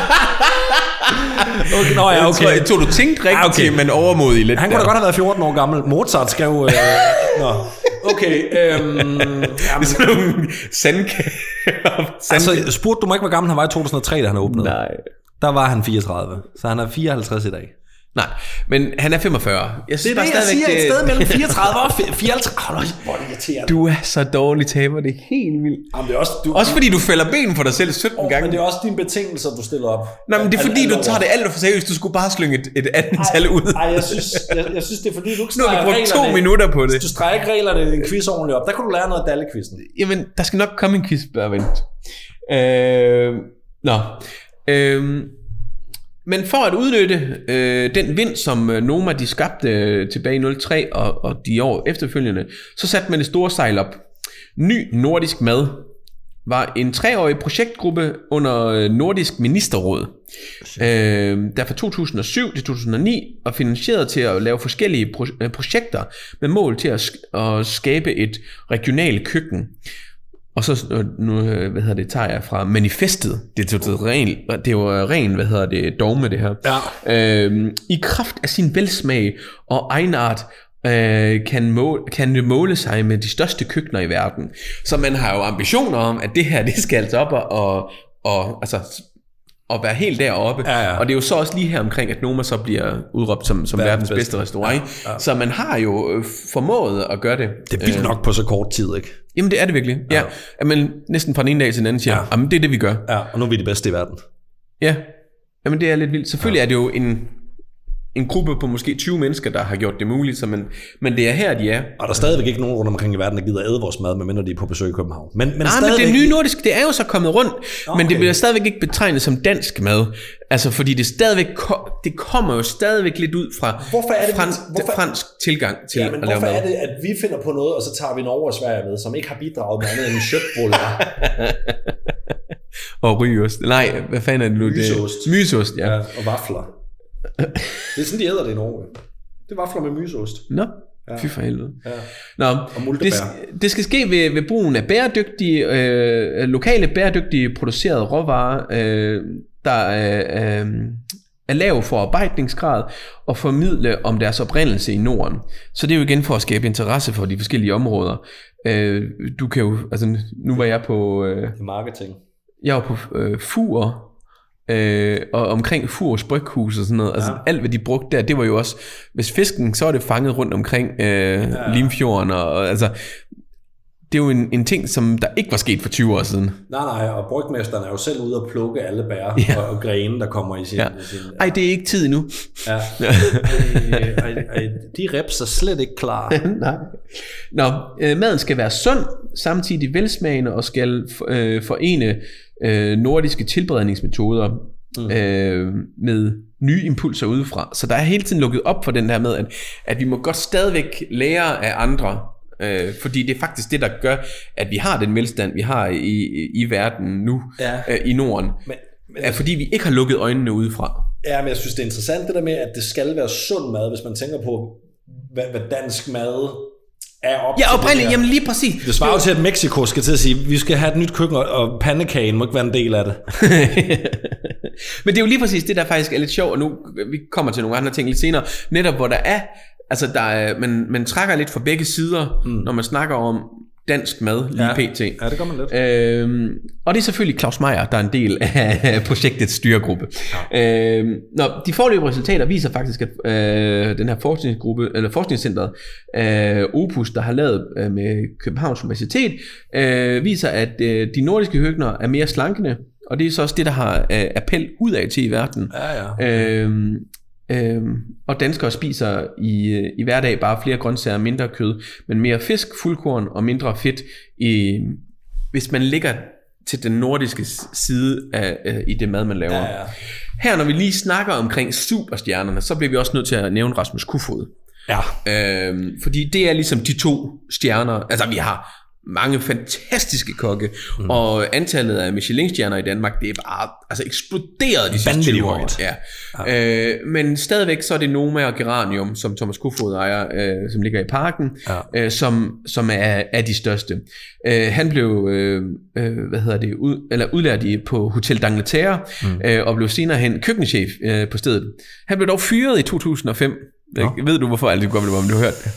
Okay, nå ja, okay. Jeg tror, du tænkte rigtigt, ah, okay. Men overmodig lidt. Han kunne da godt have været fjorten år gammel. Mozart skrev... Øh, nå. Okay. Øhm, det er sådan nogle sandkager. Altså, spurgte du mig ikke, hvor gammel han var i to tusind og tre, da han åbnede? Nej. Der var han fireogtredive. Så han er fireoghalvtreds i dag. Nej, men han er femogfyrre. Jeg synes, det er det, jeg siger. Det... Et sted mellem fireogtredive og fireoghalvtreds. Hold oh, hvor er det irriterende. Du er så dårlig taber. Det er helt vildt. Jamen, det er også, du, også fordi du fælder benen for dig selv sytten oh, gange. Men det er også dine betingelser, du stiller op. Nej, men det er fordi, al- al- du tager det alt for seriøst. Du skulle bare slynge et, et andet tal ud. Nej, jeg synes, jeg, jeg synes, det er fordi, du ikke streger reglerne. Nu har du brugt to minutter på det. Du streger ikke reglerne i en quiz ordentligt op. Der kan du lære noget af Dalle-quizzen. Jamen, der skal nok komme en quiz, bare vent. Øh, nå. Øh, Men for at udnytte øh, den vind, som øh, Noma de skabte øh, tilbage i nul tre og, og de år efterfølgende, så satte man det store sejl op. Ny Nordisk Mad var en treårig projektgruppe under øh, Nordisk Ministerråd, øh, der fra to tusind og syv til to tusind og ni var finansieret til at lave forskellige pro- projekter med mål til at, sk- at skabe et regionalt køkken. og så nu, hvad hedder det, tager jeg fra manifestet. Det er jo ren, det er jo ren, hvad hedder det, dogme det her. Ja. Øhm, I kraft af sin velsmag og egenart øh, kan, måle, kan måle sig med de største køkkener i verden. Så man har jo ambitioner om, at det her, det skal altså op og, og, og altså og være helt deroppe. Ja, ja. Og det er jo så også lige her omkring, at Noma så bliver udråbt som, som verdens, verdens bedste, bedste restaurant. Ja, ja. Så man har jo formået at gøre det. Det er vildt nok på så kort tid, ikke? Jamen det er det virkelig. Ja. Ja. Men næsten fra den ene dag til den anden siger, ja. Jamen det er det, vi gør. Ja, og nu er vi de bedste i verden. Ja, jamen det er lidt vildt. Selvfølgelig ja. Er det jo en... en gruppe på måske tyve mennesker, der har gjort det muligt, så man, men det er her, de er. Og der er stadigvæk ikke nogen rundt omkring i verden, der gider æde vores mad, medmindre de er på besøg i København. Men, men, Nej, stadigvæk... men det nye nordiske, det er jo så kommet rundt, okay. Men det bliver stadigvæk ikke betegnet som dansk mad. Altså, fordi det stadigvæk, det kommer jo stadigvæk lidt ud fra hvorfor er det, fransk, hvorfor... fransk tilgang til ja, men at lave mad. Hvorfor er det, at vi finder på noget, og så tager vi Norge og Sverige med, som ikke har bidraget med andet end köttbullar? og rygeost. Nej, hvad fanden er det nu? Myseost. Myseost, ja. ja. Og vafler. Det er sådan, de æder det i Norge. Det er vafler med myseost. Nå, ja. Fy for helvede. Ja. Nå, og det, det skal ske ved, ved brugen af bæredygtige, øh, lokale bæredygtige producerede råvarer, øh, der er, øh, er lav forarbejdningsgrad og formidle om deres oprindelse i Norden. Så det er jo igen for at skabe interesse for de forskellige områder. Øh, du kan jo, altså nu var jeg på... Øh, marketing. Jeg var på øh, Fur, Øh, og omkring Furs Bryghus og sådan noget. Ja. Altså alt hvad de brugte der, det var jo også, hvis fisken, så er det fanget rundt omkring øh, ja. Limfjorden og, og altså det er jo en, en ting, som der ikke var sket for tyve år siden. Nej, nej, og brygmesteren er jo selv ude at plukke alle bær ja. og, og grene, der kommer i sin... Ja. sin ja. Ej, det er ikke tid endnu. Ja. ej, ej, de reps er slet ikke klar. Nej. Nå, øh, maden skal være sund, samtidig velsmagende og skal øh, forene øh, nordiske tilberedningsmetoder mm. øh, med nye impulser udefra. Så der er hele tiden lukket op for den der med, at, at vi må godt stadigvæk lære af andre. Øh, fordi det er faktisk det, der gør, at vi har den velstand, vi har i, i, i verden nu, ja. øh, i Norden. Men, men, er fordi vi ikke har lukket øjnene udefra. Ja, men jeg synes, det er interessant det der med, at det skal være sund mad, hvis man tænker på, hvad, hvad dansk mad er op ja, oprindeligt, jamen lige præcis. Det svarer jo til, at Mexico skal til at sige, vi skal have et nyt køkken, og pandekagen må ikke være en del af det. Men det er jo lige præcis det, der faktisk er lidt sjovt, og nu vi kommer til nogle andre ting lidt senere, netop hvor der er, altså der er, man, man trækker lidt fra begge sider, mm. når man snakker om dansk mad, lige ja. pt. Ja, det gør man lidt. Øhm, og det er selvfølgelig Claus Meyer, der er en del af projektets styregruppe. Ja. Øhm, når de foreløbige resultater viser faktisk, at øh, den her forskningsgruppe, eller forskningscentret øh, Opus, der har lavet øh, med Københavns Universitet, øh, viser, at øh, de nordiske køkkener er mere slankende, og det er så også det, der har øh, appel udad til i verden. Ja, ja. Øhm, Øhm, og danskere spiser i, i hverdag bare flere grøntsager, mindre kød, men mere fisk, fuldkorn og mindre fedt i, hvis man ligger til den nordiske side af, af, i det mad man laver. Ja, ja. Her når vi lige snakker omkring superstjernerne, så bliver vi også nødt til at nævne Rasmus Kofoed. Ja. øhm, Fordi det er ligesom de to stjerner. Altså vi har mange fantastiske kokke, mm. og antallet af Michelin-stjerner i Danmark, det er bare altså eksploderet de sidste tyve år. Ja. Ja. Øh, men stadigvæk så er det Noma og Geranium, som Thomas Kofoed ejer, øh, som ligger i parken, ja. øh, som, som er, er de største. Øh, han blev øh, øh, hvad hedder det, ud, eller udlært i, på Hotel d'Angleterre, mm. øh, og blev senere hen køkkenchef øh, på stedet. Han blev dog fyret i to tusind og fem. Ja. Ved du hvorfor? Altså, om du har hørt det?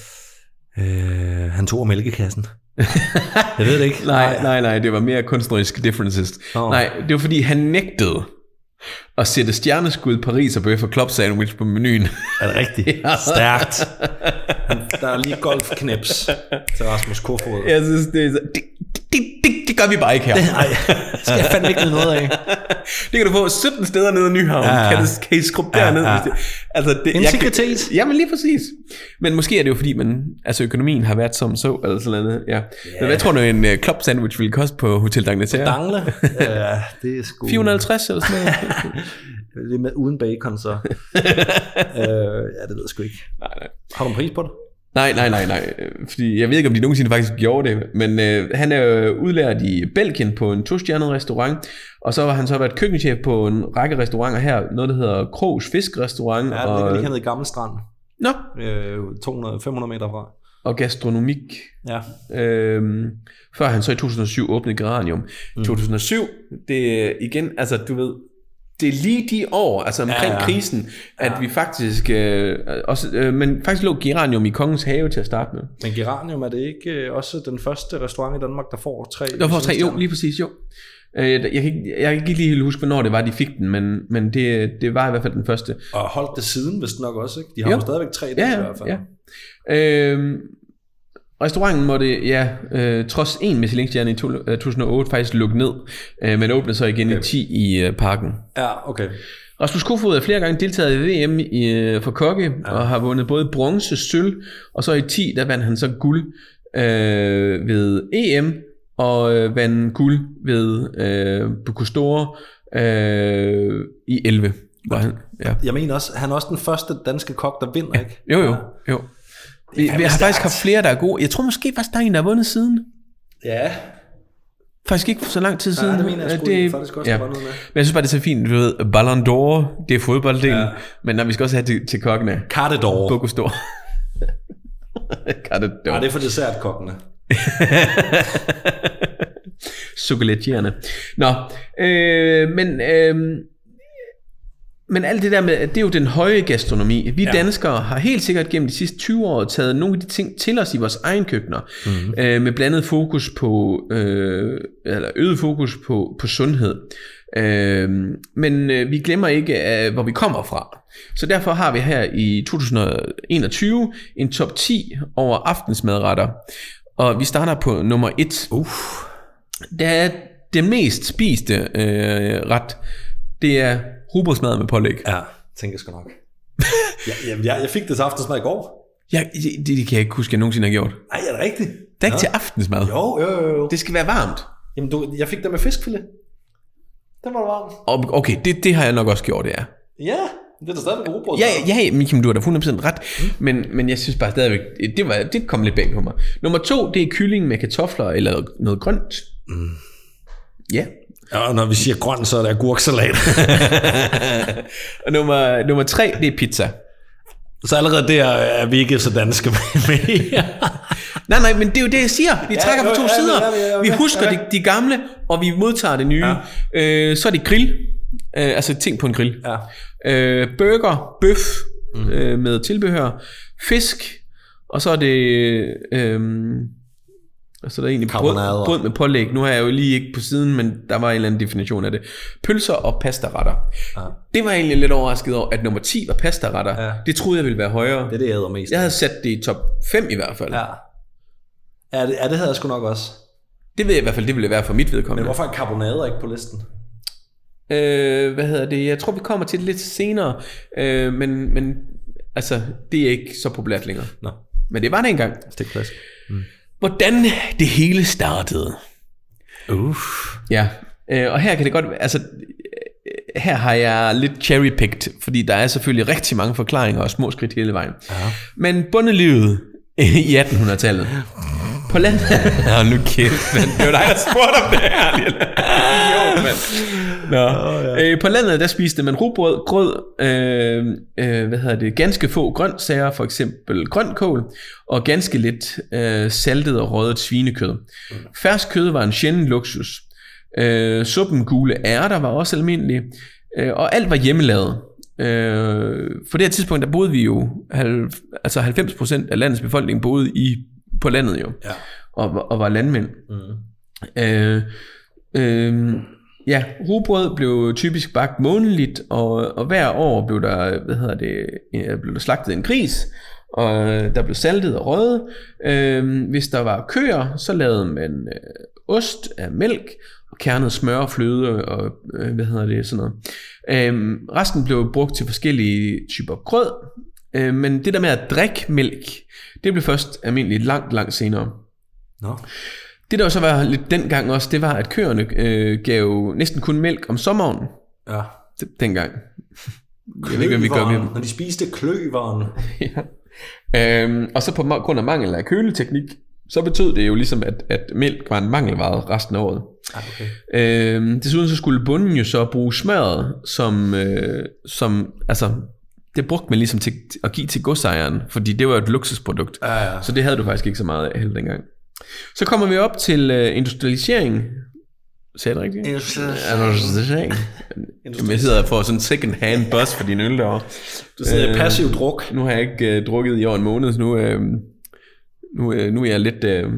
Øh, han tog mælkekassen. Jeg ved det ikke. nej, nej, nej, det var mere kunstneriske differences. Oh. Nej, det var fordi han nægtede at sætte stjerneskud Paris og bøffer club sandwich på menuen. Er det rigtigt? Ja. Stærkt. Der er lige golfknips til Rasmus Kofoed. Jeg synes, det er så... Det, det, det, det gør vi bare ikke her. Nej, det skal jeg fandme ikke noget af. Det kan du få sytten steder nede i Nyhavn. Ja, ja. Kan, det, kan I skrubbe ja, derned? Ja. Det, altså det, integritet. Ja, men lige præcis. Men måske er det jo fordi, man, altså økonomien har været som så, eller sådan noget. Ja. Yeah. Men hvad tror du, en uh, club sandwich ville koste på Hotel d'Angleterre? Dangle? Ja, det er sgu... fire hundrede og halvtreds eller sådan noget. Lidt med uden bacon, så. uh, ja, det ved jeg sgu ikke. Nej, nej. Har du en pris på det? Nej, nej, nej, nej. Fordi jeg ved ikke, om de nogensinde faktisk gjorde det. Men øh, han er udlært i Belgien på en to-stjernet restaurant. Og så har han så været køkkenchef på en række restauranter her. Noget, der hedder Krogs Fiskrestaurant. Ja, det ligger lige hernede i Gammel Strand. Nå. Øh, to hundrede til fem hundrede meter fra. og gastronomik. Ja. Øhm, før han så i to tusind og syv åbnede Geranium. Mm. to tusind og syv, det er igen, altså du ved, det er lige de år, altså omkring ja, ja. krisen, at ja. vi faktisk, øh, også, øh, men faktisk lå Geranium i Kongens Have til at starte med. Men Geranium, er det ikke øh, også den første restaurant i Danmark, der får tre? Der får tre, jo, lige præcis, jo. Øh, jeg, kan ikke, jeg kan ikke lige helt huske, hvornår det var, de fik den, men, men det, det var i hvert fald den første. Og holdt det siden, hvis nok også, ikke? De har jo stadigvæk tre der ja, i hvert fald. Ja. Øh, Restauranten måtte, ja, øh, trods en Michelin-stjerne i to tusind og otte faktisk lukke ned, øh, men åbnede så igen okay. i ti i øh, parken. Ja, okay. Rasmus Kofoed har flere gange deltaget i V M i, øh, for kokke, ja. og har vundet både bronze, sølv, og så i ti, der vandt han så guld øh, ved E M, og øh, vandt guld ved øh, Bocuse d'Or øh, i elleve. Var han, ja. Jeg mener også, han er også den første danske kok, der vinder, ikke? Jo, jo, jo. Vi, vi har faktisk haft flere, der er gode. Jeg tror måske faktisk, der er en, der har vundet siden. Ja. Faktisk ikke for så lang tid siden. Ja, det mener jeg sgu det, faktisk også, ja. der var noget med. Men jeg synes bare, det er så fint. Du ved, Ballon d'Or, det er fodbolddelen. Ja. Men når vi skal også have til, til kokkene. Carte d'Or. Bocuse d'Or. Carte d'Or. Ja, det er for dessertkokkene. Chocolatierne. Nå, øh, men... Øh, Men alt det der med, det er jo den høje gastronomi. Vi ja. danskere har helt sikkert gennem de sidste tyve år taget nogle af de ting til os i vores egen køkkener, mm-hmm. øh, med blandet fokus på, øh, eller øget fokus på, på sundhed. Øh, men øh, vi glemmer ikke, øh, hvor vi kommer fra. Så derfor har vi her i to tusind og enogtyve en top ti over aftensmadretter. Og vi starter på nummer et. Uh. Det er den mest spiste øh, ret. Det er rugbrødsmad med pålæg. Ja, tænker jeg sgu nok. jeg, jeg, jeg fik det til aftensmad i går. Ja, det, det kan jeg ikke huske, jeg nogensinde har gjort. Nej, er det rigtigt? Det er ikke ja. til aftensmad. Jo, jo, jo, jo. Det skal være varmt. Jamen, du, jeg fik det med fiskfilet. Den var varmt. Okay, det, det har jeg nok også gjort, ja. Ja, det er da stadigvæk rugbrød. Ja, ja, Mikim, du har da hundrede procent ret. Mm. Men, men jeg synes bare stadigvæk, det, var, det kom lidt bag på mig. Nummer to, det er kylling med kartofler eller noget grønt. Mm. Ja. Ja, og når vi siger grøn, så er der agurksalat. Og nummer, nummer tre, det er pizza. Så allerede der er vi ikke så danske med. nej, nej, men det er jo det, jeg siger. Vi trækker ja, på to ja, sider. Ja, ja, ja, okay. Vi husker ja. de, de gamle, og vi modtager det nye. Ja. Øh, så er det grill. Øh, altså ting på en grill. Ja. Øh, burger, bøf mm. øh, med tilbehør. Fisk. Og så er det... Øh, Og så er der egentlig brød, brød med pålæg. Nu har jeg jo lige ikke på siden, men der var en eller anden definition af det. Pølser og pastaretter. Ja. Det var egentlig lidt overrasket over, at nummer ti var pastaretter. Ja. Det troede jeg ville være højere. Det er det, jeg æder mest. Jeg havde sat det i top fem i hvert fald. Ja, ja det, ja, det havde jeg sgu nok også. Det ved jeg i hvert fald, det ville være for mit vedkommende. Men hvorfor er karbonader ikke på listen? Øh, hvad hedder det? Jeg tror, vi kommer til det lidt senere. Øh, men, men altså, det er ikke så populært længere. Nå. Men det var det engang. Stikflæsk. Mm. Hvordan det hele startede. Uff. Ja, øh, og her kan det godt, altså her har jeg lidt cherry-picked, fordi der er selvfølgelig rigtig mange forklaringer og små skridt hele vejen. Ja. Men bondelivet i attenhundredetallet. På landet... Ja, nu kæft, men det var dig, der spurgte om det her. Jo, men... Nå. Oh, ja. øh, på landet, der spiste man rugbrød, grød, øh, øh, hvad hedder det, ganske få grøntsager, for eksempel grønkål, og ganske lidt øh, saltet og røget svinekød. Mm. Fersk kød var en sjælden luksus. Øh, suppen gule ærter var også almindelig, øh, og alt var hjemmelavet. Øh, for det her tidspunkt, der boede vi jo, halv, altså halvfems procent af landets befolkning boede i på landet jo, ja. og, og var landmænd. Mm. Øh, øh, ja, rugbrød blev typisk bagt månedligt, og, og hver år blev der, hvad hedder det, blev der slagtet en gris, og der blev saltet og røget. Øh, hvis der var køer, så lavede man øh, ost af mælk, og kernet smør og fløde, og øh, hvad hedder det, sådan noget. Øh, resten blev brugt til forskellige typer grød, øh, men det der med at drikke mælk, det blev først almindeligt langt, langt senere. Nå. Det der også var lidt dengang også, det var, at køerne øh, gav næsten kun mælk om sommeren. Ja. Dengang. Jeg ved ikke, hvad vi gør med dem. Når de spiste kløveren. Ja. Øhm, og så på grund af mangel af køleteknik, så betød det jo ligesom, at, at mælk var en mangelvare resten af året. Okay. Øhm, desuden så skulle bonden jo så bruge smøret som, øh, som altså, det brugte man ligesom til at give til godsejeren, fordi det var et luksusprodukt. Ja, ja. Så det havde du faktisk ikke så meget af heller dengang. Så kommer vi op til uh, industrialisering. Sagde det rigtigt? Industrialisering. Jeg sidder for sådan en second hand bus for din øl derovre. Du sidder i passiv druk. Nu har jeg ikke uh, drukket i over en måned, så nu, uh, nu, uh, nu er jeg lidt... Uh,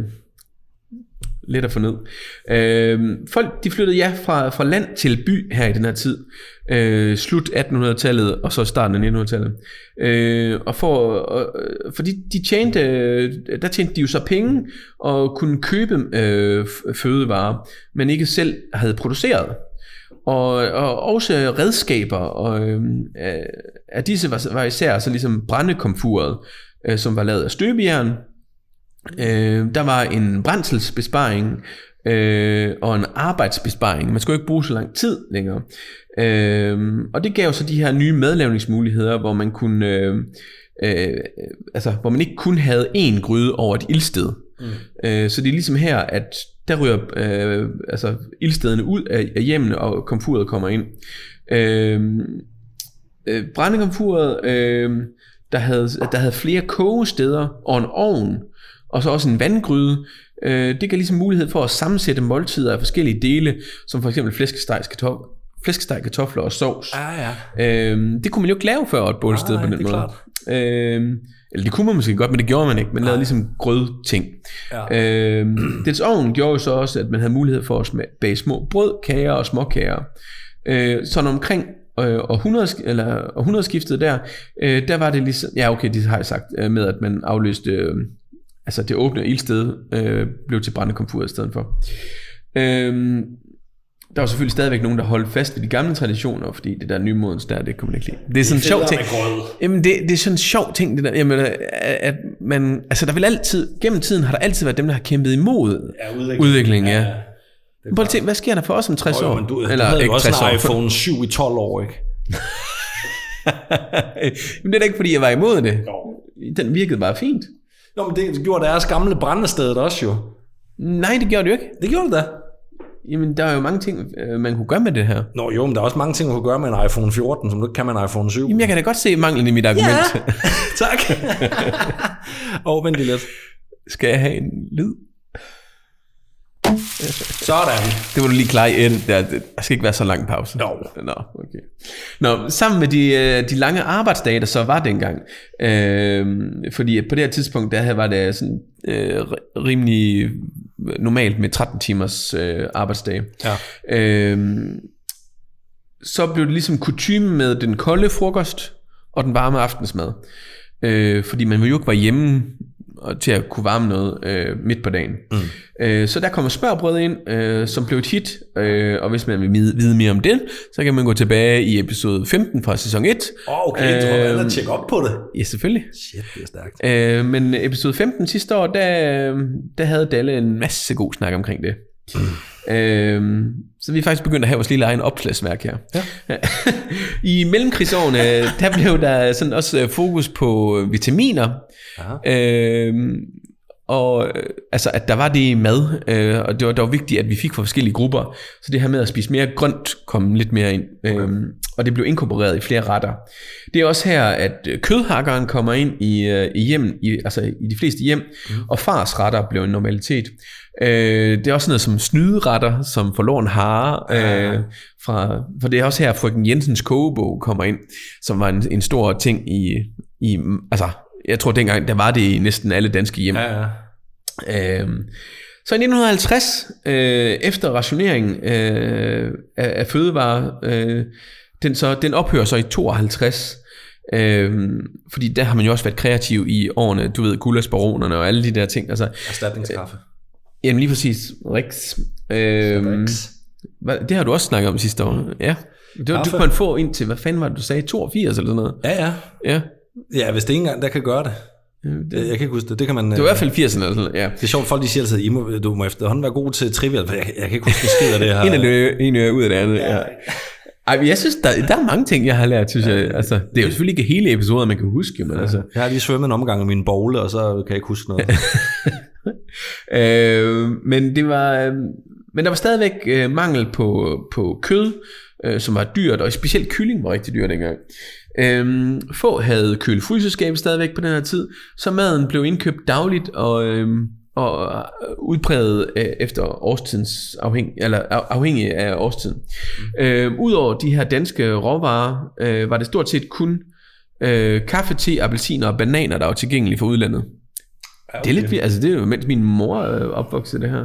lidt at få ned. Øh, folk de flyttede ja fra, fra land til by her i den her tid. Øh, slut attenhundredetallet og så starten af nittenhundredetallet. Øh, og for, og, fordi de tjente, der tjente de jo så penge og kunne købe øh, fødevarer, men ikke selv havde produceret. Og, og også redskaber og, øh, af disse var, var især så ligesom brændekomfuret, øh, som var lavet af støbejern. Øh, der var en brændselsbesparing øh, og en arbejdsbesparing. Man skulle ikke bruge så lang tid længere. Øh, og det gav så de her nye madlavningsmuligheder, hvor man kunne, øh, øh, altså hvor man ikke kun havde én gryde over et ildsted. Mm. Øh, så det er ligesom her, at der ryger øh, altså ildstederne ud af, af hjemmene, og komfuret kommer ind. Øh, øh, brændekomfuret, øh, der havde der havde flere kogesteder og en ovn. Og så også en vandgryde. Det gav ligesom mulighed for at sammensætte måltider af forskellige dele, som for eksempel flæskesteg, kartofler, flæskesteg, kartofler og sovs. Ah, ja. Det kunne man jo ikke lave før et bålsted på den måde. Klart. Eller det kunne man måske godt, men det gjorde man ikke. Man lavede ligesom grødting. Ja. Dets ovn gjorde jo så også, at man havde mulighed for at bage små brød, kager og småkager. Sådan omkring århundredes, eller århundredeskiftet der, der var det ligesom, ja okay, det har jeg sagt, med at man afløste... Altså det åbne ildsted øh, blev til brændekomfur i stedet for. Øhm, der var selvfølgelig stadigvæk nogen, der holdt fast ved de gamle traditioner, fordi det der nymodens der, det kunne man ikke lide. Det er sådan en sjov ting. Jamen det, det er sådan en sjov ting, det der. Jamen, at man, altså der vil altid, gennem tiden har der altid været dem, der har kæmpet imod ja, udvikling. udvikling ja. Ja, prøv at tænke, hvad sker der for os om tres år? Men du, Eller, du havde jo også en iPhone syv i tolv år, ikke? Men det er da ikke, fordi jeg var imod det. Den virkede bare fint. Nå, men det gjorde deres gamle brændested også jo. Nej, det gjorde det jo ikke. Det gjorde det da. Jamen, der er jo mange ting, man kunne gøre med det her. Nå jo, men der er også mange ting, man kunne gøre med en iPhone fjorten, som du ikke kan med en iPhone syv. Jamen, jeg kan da godt se manglen i mit argument. Ja, tak. Åh, oh, vent lige lidt. Skal jeg have en lyd? Sådan. Det må du lige klare i edit der. Der skal ikke være så lang pause. Nå. Nå, okay. Nå, sammen med de, de lange arbejdsdage, der så var dengang. Øh, fordi på det her tidspunkt, der var det sådan øh, rimelig normalt med tretten timers øh, arbejdsdage. Ja. Øh, så blev det ligesom kutyme med den kolde frokost og den varme aftensmad. Øh, fordi man jo ikke var hjemme til at kunne varme noget øh, midt på dagen. Mm. Øh, så der kommer smørbrød ind, øh, som blev et hit, øh, og hvis man vil vide mere om det, så kan man gå tilbage i episode femten fra sæson et. Oh, okay, øh, du har været at tjekke op på det. Ja, selvfølgelig. Shit, det er stærkt. Øh, men episode femten sidste år, der, der havde Dalle en masse god snak omkring det. Mm. Øh, så vi er faktisk begyndt at have vores lille egen opslagsværk her. Ja. I mellemkrigsårene, der blev der sådan også fokus på vitaminer. Øh, og altså at der var det i mad, øh, og det var, det var vigtigt, at vi fik for forskellige grupper. Så det her med at spise mere grønt kom lidt mere ind, øh, okay. Og det blev inkorporeret i flere retter. Det er også her, at kødhakkeren kommer ind i, øh, i hjem, i, altså i de fleste hjem, mm. og fars retter blev en normalitet. Øh, det er også noget som snyderetter, som forloren hare, øh, fra, for det er også her, frøken Jensens kogebog kommer ind, som var en, en stor ting i, i altså jeg tror dengang, der var det i næsten alle danske hjem. Ja, ja. Øhm, så i nitten halvtreds, øh, efter rationeringen øh, af, af fødevarer, øh, den, så, den ophører så i tooghalvtreds, øh, fordi der har man jo også været kreativ i årene, du ved, gullaschbaronerne og alle de der ting. Altså, erstatningskaffe. Øh, jamen lige præcis, Rix. Øh, Rix. Det har du også snakket om sidste år. Ja. Det var, du kunne få ind til, hvad fanden var det, du sagde, toogfirs eller sådan noget? Ja, ja. Ja. Ja, hvis det ikke engang der kan gøre det. det jeg kan ikke huske det. Det kan man. Det var i hvert fald firserne eller sådan, ja. Det er sjovt, folk de siger altid, I må, du må efterhånden være god til trivial, for jeg, jeg kan ikke huske skid af det her. En af det en ud af det andet. Ja. Ja. Ej, jeg synes der, der er mange ting jeg har lært, synes jeg. Altså, det er jo selvfølgelig ikke hele episoder man kan huske, men ja. Altså. Jeg har lige svømmet en omgang af min bogle, og så kan jeg ikke huske noget. øh, men det var men der var stadigvæk øh, mangel på, på kød, øh, som var dyrt, og specielt kylling var rigtig dyrt dengang. Øhm, få havde køle-fryseskab stadigvæk på den her tid, så maden blev indkøbt dagligt og, øhm, og udpræget øh, efter årstidens afhæng, eller afhængig af årstiden. Mm. Øhm, Udover de her danske råvarer øh, var det stort set kun øh, kaffe, te, appelsiner og bananer, der var tilgængelige for udlandet. Ja, okay. Det er lidt, altså det er jo mens min mor øh, opvoksede det her.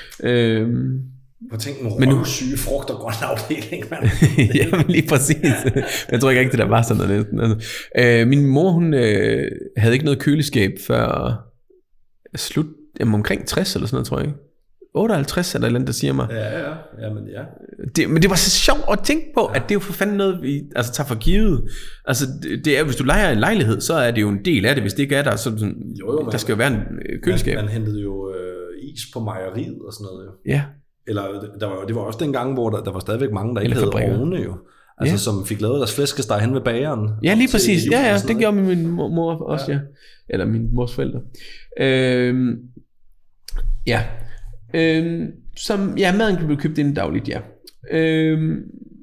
Øhm, Jeg tænkte en røvsyge frugt og grøn afdeling, mand. Jamen lige præcis. Jeg tror ikke rigtig, der var sådan noget næsten. Altså, øh, min mor, hun øh, havde ikke noget køleskab før slut, jamen, omkring tres eller sådan noget, tror jeg ikke. otteoghalvtreds er der et eller andet, der siger mig. Ja, ja, jamen ja. Det, men det var så sjovt at tænke på, ja. At det er jo for fanden noget, vi altså, tager for givet. Altså, det, det er, hvis du lejer en lejlighed, så er det jo en del af det. Hvis det ikke er der, så sådan, jo, jo, der skal jo være en køleskab. Man, man hentede jo øh, is på mejeriet og sådan noget. Jo. Ja. Eller der var, det var også den gang, hvor der, der var stadigvæk mange, der ikke havde ovne jo. Altså, ja. Som fik lavet deres flæskesteg hen ved bageren. Ja, lige præcis. Ja, ja, det gjorde min mor også, ja. ja. Eller min mors forældre. Øhm, ja. Øhm, som, ja, maden kunne blive købt ind dagligt, ja. Øhm,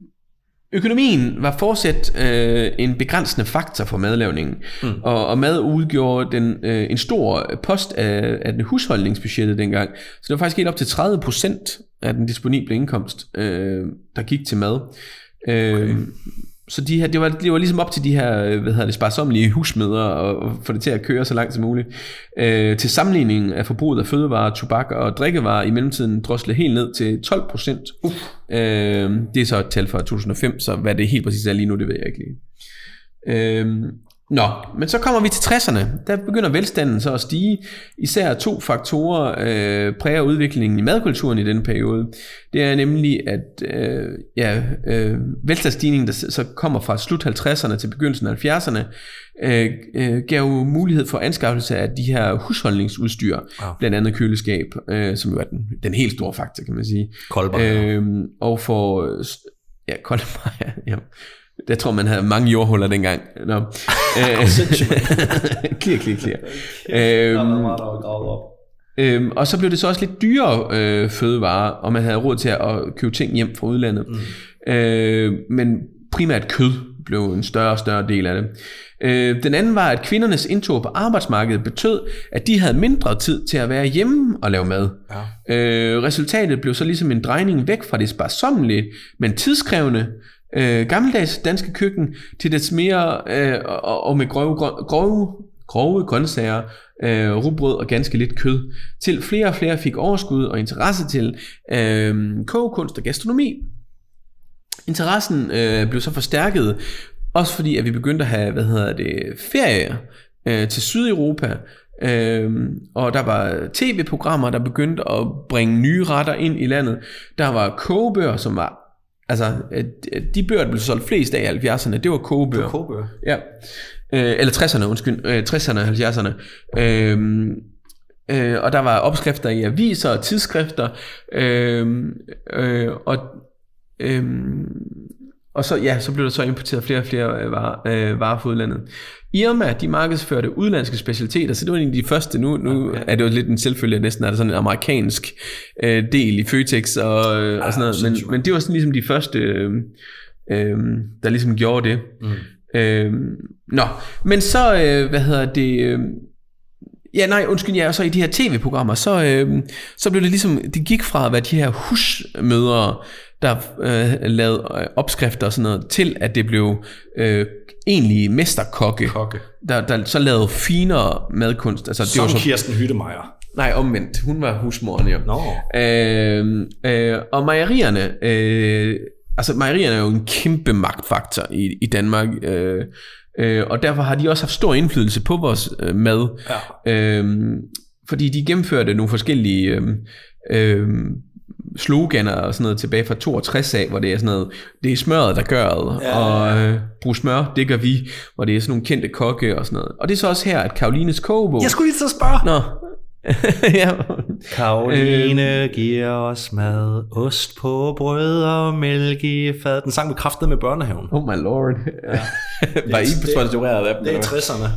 økonomien var fortsat øh, en begrænsende faktor for madlavningen, mm. og, og mad udgjorde den, øh, en stor post af, af den husholdningsbudgettet dengang. Så det var faktisk helt op til tredive procent af den disponible indkomst, øh, der gik til mad. Øh, okay. Så de her, det, var, det var ligesom op til de her, hvad hedder det, sparsommelige husmødre og, og få det til at køre så langt som muligt. Øh, til sammenligning af forbruget af fødevarer, tobak og drikkevarer i mellemtiden droslet helt ned til tolv procent. Uh. Øh, det er så et tal fra to tusind og fem, så hvad det helt præcis er lige nu, det ved jeg ikke lige. Øh, Nå, men så kommer vi til tresserne. Der begynder velstanden så at stige. Især to faktorer øh, præger udviklingen i madkulturen i denne periode. Det er nemlig, at øh, ja, øh, velstandsstigningen, der så kommer fra slut halvtredserne til begyndelsen af halvfjerdserne, øh, øh, gav jo mulighed for anskaffelse af de her husholdningsudstyr, wow. Blandt andet køleskab, øh, som jo er den, den helt store faktor, kan man sige. Koldbajer. Øh, og for, ja, koldbajer, ja. Jeg tror, man havde mange jordhuller dengang. Nå. Clear, clear, clear. Øhm, øhm, og så blev det så også lidt dyrere øh, fødevarer, og man havde råd til at købe ting hjem fra udlandet. Mm. Øh, men primært kød blev en større og større del af det. Øh, den anden var, at kvindernes indtog på arbejdsmarkedet betød, at de havde mindre tid til at være hjemme og lave mad. Ja. Øh, resultatet blev så ligesom en drejning væk fra det sparsommelige, men tidskrævende, Øh, gammeldags danske køkken til dets mere øh, og, og med grove, grove, grove grøntsager, øh, rugbrød og ganske lidt kød, til flere og flere fik overskud og interesse til øh, kogekunst og gastronomi. Interessen øh, blev så forstærket, også fordi at vi begyndte at have, hvad hedder det, ferie øh, til Sydeuropa. Øhm, og der var tv-programmer, der begyndte at bringe nye retter ind i landet. Der var kogebøger, som var altså, de bøger, der blev solgt flest af i halvfjerdserne, det var kogebøger. Det var kogebøger? Ja. Øh, eller tresserne, undskyld. Øh, tresserne og halvfjerdserne. Øh, øh, og der var opskrifter i aviser og tidsskrifter. Øh, øh, og, øh, og så, ja, så blev der så importeret flere og flere varer, øh, varer fra udlandet. Irma, de markedsførte udlandske specialiteter, så det var en af de første. Nu, nu okay. er det jo lidt en selvfølge, at næsten er der sådan en amerikansk øh, del i Føtex og, øh, ja, og sådan noget, men, men det var sådan ligesom de første, øh, øh, der ligesom gjorde det. Mm. Øh, nå, men så, øh, hvad hedder det... Øh, Ja, nej, undskyld, ja, og så i de her tv-programmer, så, øh, så blev det ligesom, det gik fra at være de her husmødre, der øh, lavede opskrifter og sådan noget, til at det blev øh, egentlige mesterkokke, Kokke. der, der så lavede finere madkunst. Altså, som det var så, Kirsten Hyttemeier. Nej, omvendt. Hun var husmoren, ja. No. Øh, øh, og mejerierne, øh, altså mejerierne er jo en kæmpe magtfaktor i, i Danmark, øh, Øh, og derfor har de også haft stor indflydelse på vores øh, mad, ja. øhm, fordi de gennemførte nogle forskellige øh, øh, sloganer og sådan noget tilbage fra toogtres af, hvor det er sådan noget, det er smøret, der gør det, ja, og øh, brug smør, det gør vi, hvor det er sådan nogle kendte kokke og sådan noget. Og det er så også her, at Karolines kogebog... Jeg skulle lige så spørge! Nå. Ja. Karoline øhm, giver os mad, ost på brød og mælk i fad. Den sang med kraftet med børnehaven. Oh my lord. Ja. Var I sponsoreret af dem? Det er tresserne.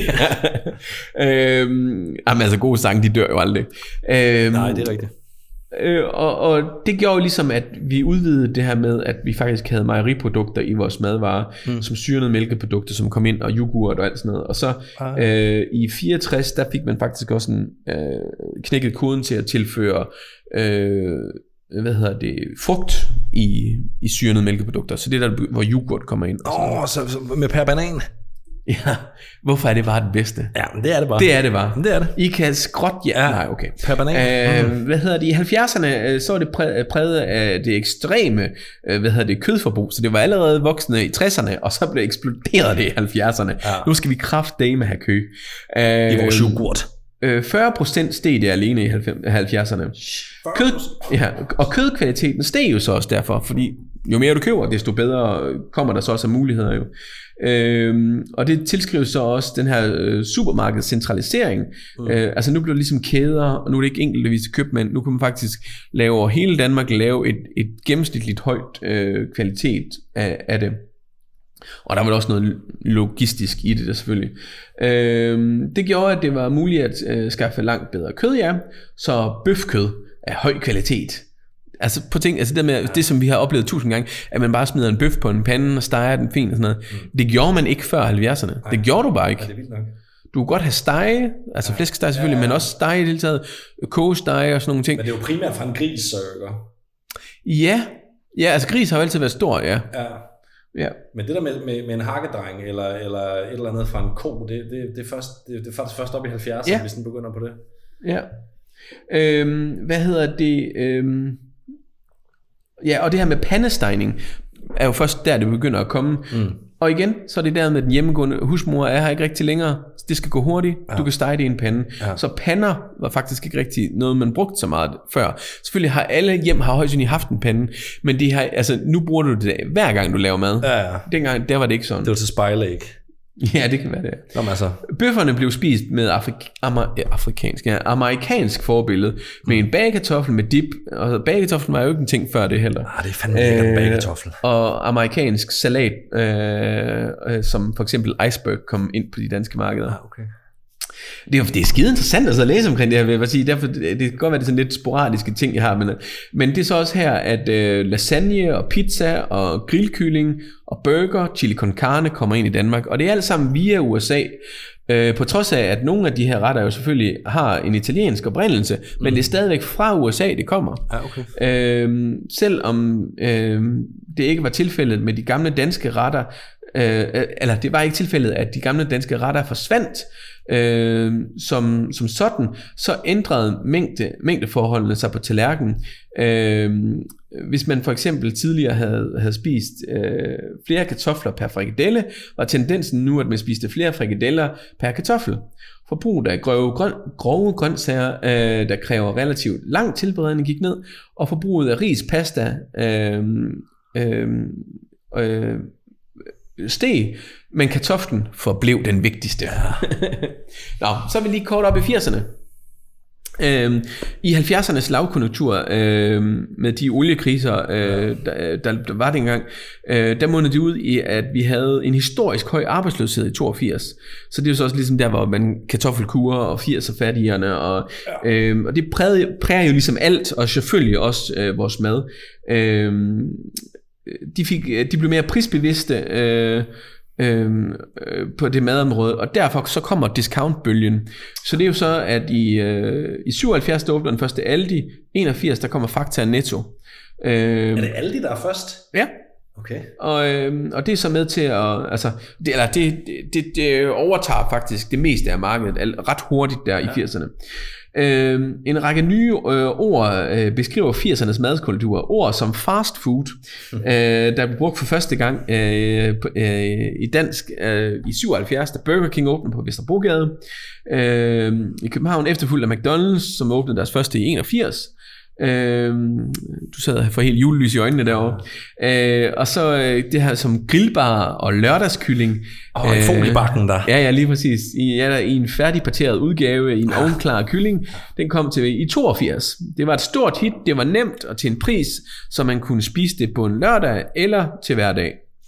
Ja. øhm, jamen altså gode sange, de dør jo aldrig. Øhm, Nej, det er rigtigt. Øh, og, og det gjorde jo ligesom, at vi udvidede det her med, at vi faktisk havde mejeriprodukter i vores madvarer, mm. som syrnede mælkeprodukter, som kom ind, og yoghurt og alt sådan noget. Og så ah. øh, i fireogtres, der fik man faktisk også en, øh, knækket koden til at tilføre øh, hvad hedder det, frugt i, i syrnede mælkeprodukter. Så det er der, hvor yoghurt kommer ind. Åh, oh, så, så med per banan. Ja, hvorfor er det bare det bedste? Ja, men det er det bare. Det er det bare. Det er det. I kan skråt, ja. Nej, okay. Per banan. Øh, mm. Hvad hedder det? I halvfjerdserne, så var det præ- præget af det ekstreme, hvad hedder det, kødforbrug. Så det var allerede voksne i tresserne, og så blev eksploderet det i halvfjerdserne. Ja. Nu skal vi kraftedeme have kø. Øh, I vores yoghurt. fyrre procent steg det alene i halvfjerdserne. Kød, ja, og kødkvaliteten steg jo så også derfor, fordi jo mere du køber, desto bedre kommer der så også af muligheder jo. Øhm, og det tilskrives så også den her øh, supermarkedscentralisering. Mm. øh, Altså nu bliver det ligesom kæder, og nu er det ikke enkeltvis købmænd. Nu kan man faktisk lave over hele Danmark lave et, et gennemsnitligt højt øh, kvalitet af, af det. Og der var også noget logistisk i det der selvfølgelig. øhm, Det gjorde, at det var muligt at øh, skaffe langt bedre kød, ja. Så bøfkød af høj kvalitet. Altså på ting, altså det med, det som vi har oplevet tusind gange, at man bare smider en bøf på en pande og steger den fint og sådan noget. Mm. Det gjorde man ikke før halvfjerdserne. Det gjorde du bare ikke. Ja, det er vildt nok. Du kunne godt have stege, altså ja. Flæskesteg selvfølgelig, ja, ja. Men også stege i det hele taget, kogestege og sådan nogle ting. Men det er jo primært fra en gris, så ikke? Ja, ja, altså gris har jo altid været stor, ja. Ja. Ja. Men det der med, med, med en hakkedreng eller, eller et eller andet fra en ko, det, det, det, er, først, det, det er faktisk først op i halvfjerdserne, ja. Hvis den begynder på det. Ja. Øhm, hvad hedder det? Øhm, ja, og det her med pandestegning er jo først der, det begynder at komme. Mm. Og igen, så er det der med den hjemmegående husmor er her ikke rigtig længere. Det skal gå hurtigt. Ja. Du kan stege det i en pande. Ja. Så pander var faktisk ikke rigtig noget, man brugte så meget før. Selvfølgelig har alle hjem har højst sandsynligt haft en pande, men de har, altså, nu bruger du det hver gang, du laver mad. Ja, ja. Dengang, der var det ikke sådan. Det var til spejlæg. Ja, det kan være det. Nå, altså. Bøfferne blev spist med afri- amer- ja, afrikansk, ja, amerikansk forbillede, med mm. en bagekartoffel med dip, og bagekartoflen var jo ikke en ting før det heller. Ah, det er fandme lækkert en bagekartoffel. Og amerikansk salat, øh, øh, som for eksempel iceberg kom ind på de danske markeder. Ah, okay. Det er, det er skide interessant altså at læse omkring det her, vil jeg sige. Derfor, det kan godt være, det er sådan lidt sporadiske ting, jeg har. Men, men det er så også her, at øh, lasagne og pizza og grillkylling og burger, chili con carne kommer ind i Danmark. Og det er alt sammen via U S A. Øh, på trods af, at nogle af de her retter jo selvfølgelig har en italiensk oprindelse, mm. men det er stadigvæk fra U S A, det kommer. Ah, okay. øh, selvom øh, det ikke var tilfældet med de gamle danske retter, øh, eller det var ikke tilfældet, at de gamle danske retter forsvandt, Øh, som, som sådan, så ændrede mængde, mængdeforholdene sig på tallerkenen. Øh, hvis man for eksempel tidligere havde, havde spist øh, flere kartofler per frikadelle, var tendensen nu, at man spiste flere frikadeller per kartoffel. Forbruget af grove, grøn, grove grøntsager, øh, der kræver relativt lang tilberedning, gik ned, og forbruget af ris, pasta, øh, øh, øh, steg, men kartoflen forblev den vigtigste. Ja. Nå, så er vi lige kort op i firserne. Øhm, I halvfjerdsernes lavkonjunktur øhm, med de oliekriser, øh, der, der, der var det engang, øh, der mundede det ud i, at vi havde en historisk høj arbejdsløshed i toogfirs. Så det er jo så også ligesom der, hvor man kartoffelkurer og firser-fattigerne, og, øh, og det præger, præger jo ligesom alt, og selvfølgelig også øh, vores mad. Øh, de, fik, de blev mere prisbevidste, øh, Øhm, øh, på det madområde, og derfor så kommer discountbølgen. Så det er jo så, at i, øh, i syvoghalvfjerds der åbner den første Aldi, enogfirs der kommer Fakta og Netto. Øhm, er det Aldi, der er først? Ja. Okay. Og, øhm, og det er så med til at, altså, det, eller det, det, det overtager faktisk det meste af markedet ret hurtigt der ja. i firserne. Øhm, en række nye øh, ord øh, beskriver firsernes madkultur. Ord som fast food, mm. øh, der blev brugt for første gang øh, på, øh, i dansk øh, i syvoghalvfjerds, da Burger King åbnede på Vesterbrogade øh, i København, efterfulgt af McDonald's, som åbnede deres første i enogfirs. Øh, du sad for helt julelys i øjnene derovre. Ja. Øh, og så øh, det her som grillbar og lørdagskylling. Og øh, i foliebakken der. Ja, ja, lige præcis. I, ja, der, i en færdigparteret udgave, i en ja. ovnklar kylling. Den kom til i toogfirs. Det var et stort hit, det var nemt og til en pris, så man kunne spise det på en lørdag eller til hverdag.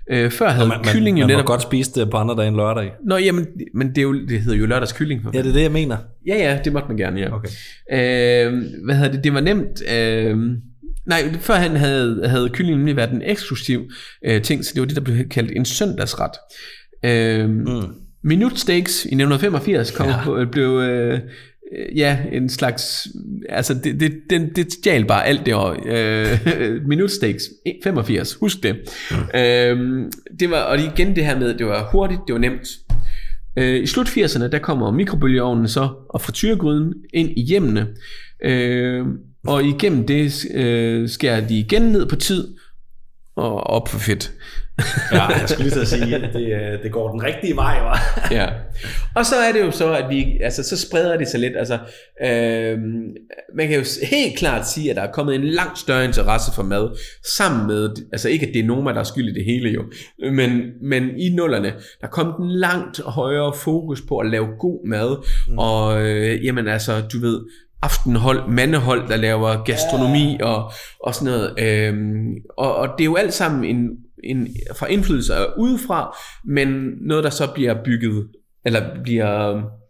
Øh, før havde man, kylling man, jo man netop... må godt spise det på andre dage end lørdag. Nå, jamen, men det, er jo, det hedder jo lørdagskylling. Ja, det er det, jeg mener. Ja, ja, det måtte man gerne, ja. Okay. Øh, hvad hedder det? Det var nemt... Øh, nej, før han havde, havde kyllingen nemlig været en eksklusiv øh, ting, så det var det, der blev kaldt en søndagsret. Øh, mm. Minutsteaks i nitten femogfirs kom ja. på, blev... Øh, ja, en slags, altså det, det, det, det stjal bare alt det år. Øh, minutsteaks, femogfirs, husk det. Mm. Øh, det var, og igen det her med, det var hurtigt, det var nemt. Øh, I slut firserne, der kommer mikrobølgeovnen så, og frityregryden ind i hjemmene. Øh, og igennem det øh, skærer de igen ned på tid, og op for fedt. Ja, jeg skulle lige til at sige, at det, det går den rigtige vej, var. Ja. Og så er det jo så, at vi, altså så spreder det sig lidt, altså, øh, man kan jo helt klart sige, at der er kommet en langt større interesse for mad, sammen med, altså ikke at det er Noma, der er skyld i det hele jo, men, men i nullerne, der er kommet en langt højere fokus på at lave god mad, mm. og øh, jamen altså, du ved, aftenhold, mandehold, der laver gastronomi ja. og, og sådan noget, øhm, og, og det er jo alt sammen en, en, fra indflydelse udefra, men noget der så bliver bygget, eller bliver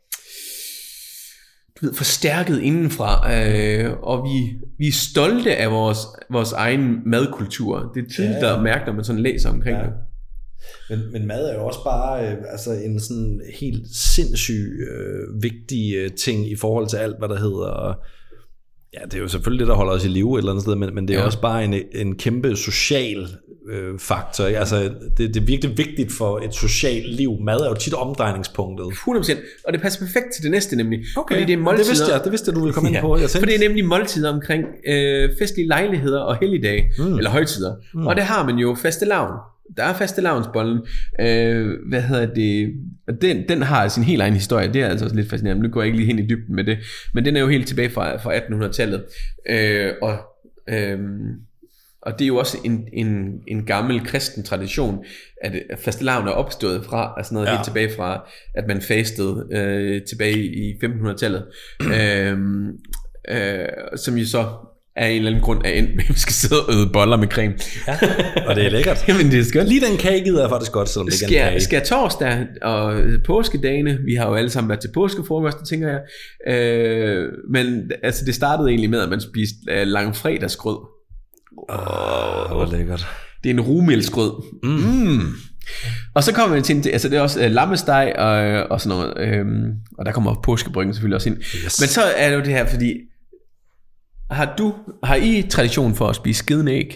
du ved, forstærket indenfra, øh, og vi, vi er stolte af vores, vores egen madkultur. Det er tydeligt ja, ja. at mærke, når man sådan læser omkring ja. det. Men, men mad er jo også bare øh, altså en sådan helt sindssyg øh, vigtig øh, ting i forhold til alt, hvad der hedder. Ja, det er jo selvfølgelig det, der holder os i live et eller andet sted, men, men det er ja. også bare en, en kæmpe social øh, faktor. Ikke? Altså, det, det er virkelig vigtigt for et socialt liv. Mad er jo tit omdrejningspunktet. hundrede procent, og det passer perfekt til det næste nemlig. Okay, fordi det, er måltider, det vidste jeg, det vidste jeg, du ville komme ja, ind på. Jeg for det er nemlig måltider omkring øh, festlige lejligheder og helligdage, mm. eller højtider. Mm. Og det har man jo fastelavn. Der er fastelavnsbollen, øh, hvad hedder det, den, den har sin helt egen historie, det er altså også lidt fascinerende, nu går jeg ikke lige hen i dybden med det, men den er jo helt tilbage fra, fra attenhundredetallet, øh, og, øh, og det er jo også en, en, en gammel kristen tradition, at fastelavn er opstået fra, altså noget ja. helt tilbage fra, at man fastede øh, tilbage i femtenhundredetallet, øh, øh, som jo så af en eller anden grund er endt med, at vi skal sidde og øde boller med creme. Ja, og det er lækkert. Jamen det er skønt. Lige den kage gider jeg faktisk godt, selvom det ikke er en kage. Skal torsdag og påskedagene, vi har jo alle sammen været til påskefrokost, tænker jeg. Øh, men altså det startede egentlig med, at man spiste uh, langfredagsgrød. Åh, oh, hvor lækkert. Det er en rugmelsgrød. Mm. Mm. Og så kommer vi til, altså det er også uh, lammesteg og, og sådan noget. Øhm, og der kommer påskebryggen selvfølgelig også ind. Yes. Men så er det jo det her, fordi Har du, har I tradition for at spise skidende æg?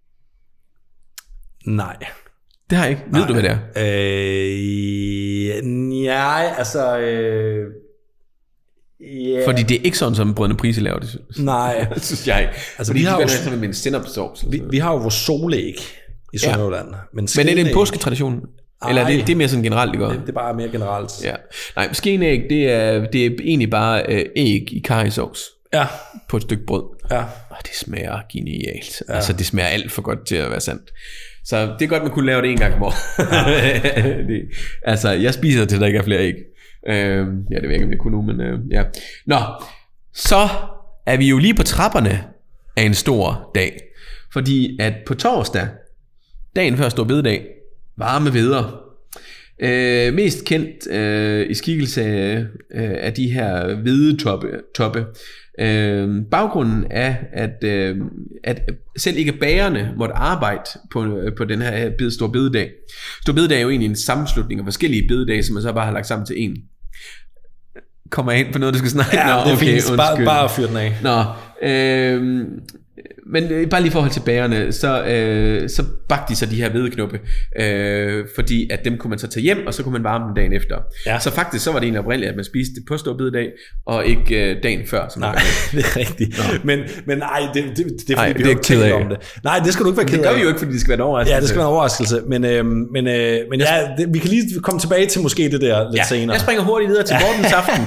Nej. Det har jeg ikke. Ved Nej. du, hvad det er? Øh, nej, altså... Øh, yeah. Fordi det er ikke sådan, som Brødrene Price laver det, Nej. det synes jeg. Altså, Fordi vi har jo sådan med en stand-up-sauce. Vi, vi har jo vores solæg i Sønderjylland. Ja. Men, men er det en påsketradition? Eller er det, det er mere sådan generelt, det går? Det, det er bare mere generelt. Ja. Nej, skenæg, det er, det er egentlig bare øh, æg i karrysauce. Ja. På et stykke brød. Ja. Og det smager genialt. Ja. Altså det smager alt for godt til at være sandt. Så det er godt, man kunne lave det en gang om året. Ja. det, altså jeg spiser til, der ikke er flere æg. Øh, ja, det ved jeg ikke, om jeg kunne nu, men øh, ja. Nå, så er vi jo lige på trapperne af en stor dag. Fordi at på torsdag, dagen før Store Bededag, varme hveder. Øh, mest kendt øh, i skikkelse af, øh, af de her hvedetoppe toppe. Øh, baggrunden er at, øh, at selv ikke bagerne måtte arbejde på, på den her bed, Store Bededag. Store Bededag er jo egentlig en sammenslutning af forskellige bededage, som man så bare har lagt sammen til en. Kommer jeg ind på noget, du skal snakke? Ja, Nå, det er okay, fint. Bare, bare fyr den af. Nå, øh, men bare lige i forhold til bagerne, så, øh, så bagte de så de her hvedeknuppe, øh, fordi at dem kunne man så tage hjem, og så kunne man varme dem dagen efter. Ja. Så faktisk så var det egentlig oprindeligt, at man spiste det på Store Bededag, og ikke øh, dagen før. Som nej, det er rigtigt. Nå. Men, men nej, det, det, det er fordi, ej, vi har ikke talt om det. Nej, det skal du ikke være ked af. Det gør vi jo ikke, fordi det skal være en overraskelse. Ja, det skal være en overraskelse. Men, øh, men, øh, men ja, det, vi kan lige komme tilbage til måske det der lidt ja, senere. Jeg springer hurtigt videre til Mortens aften.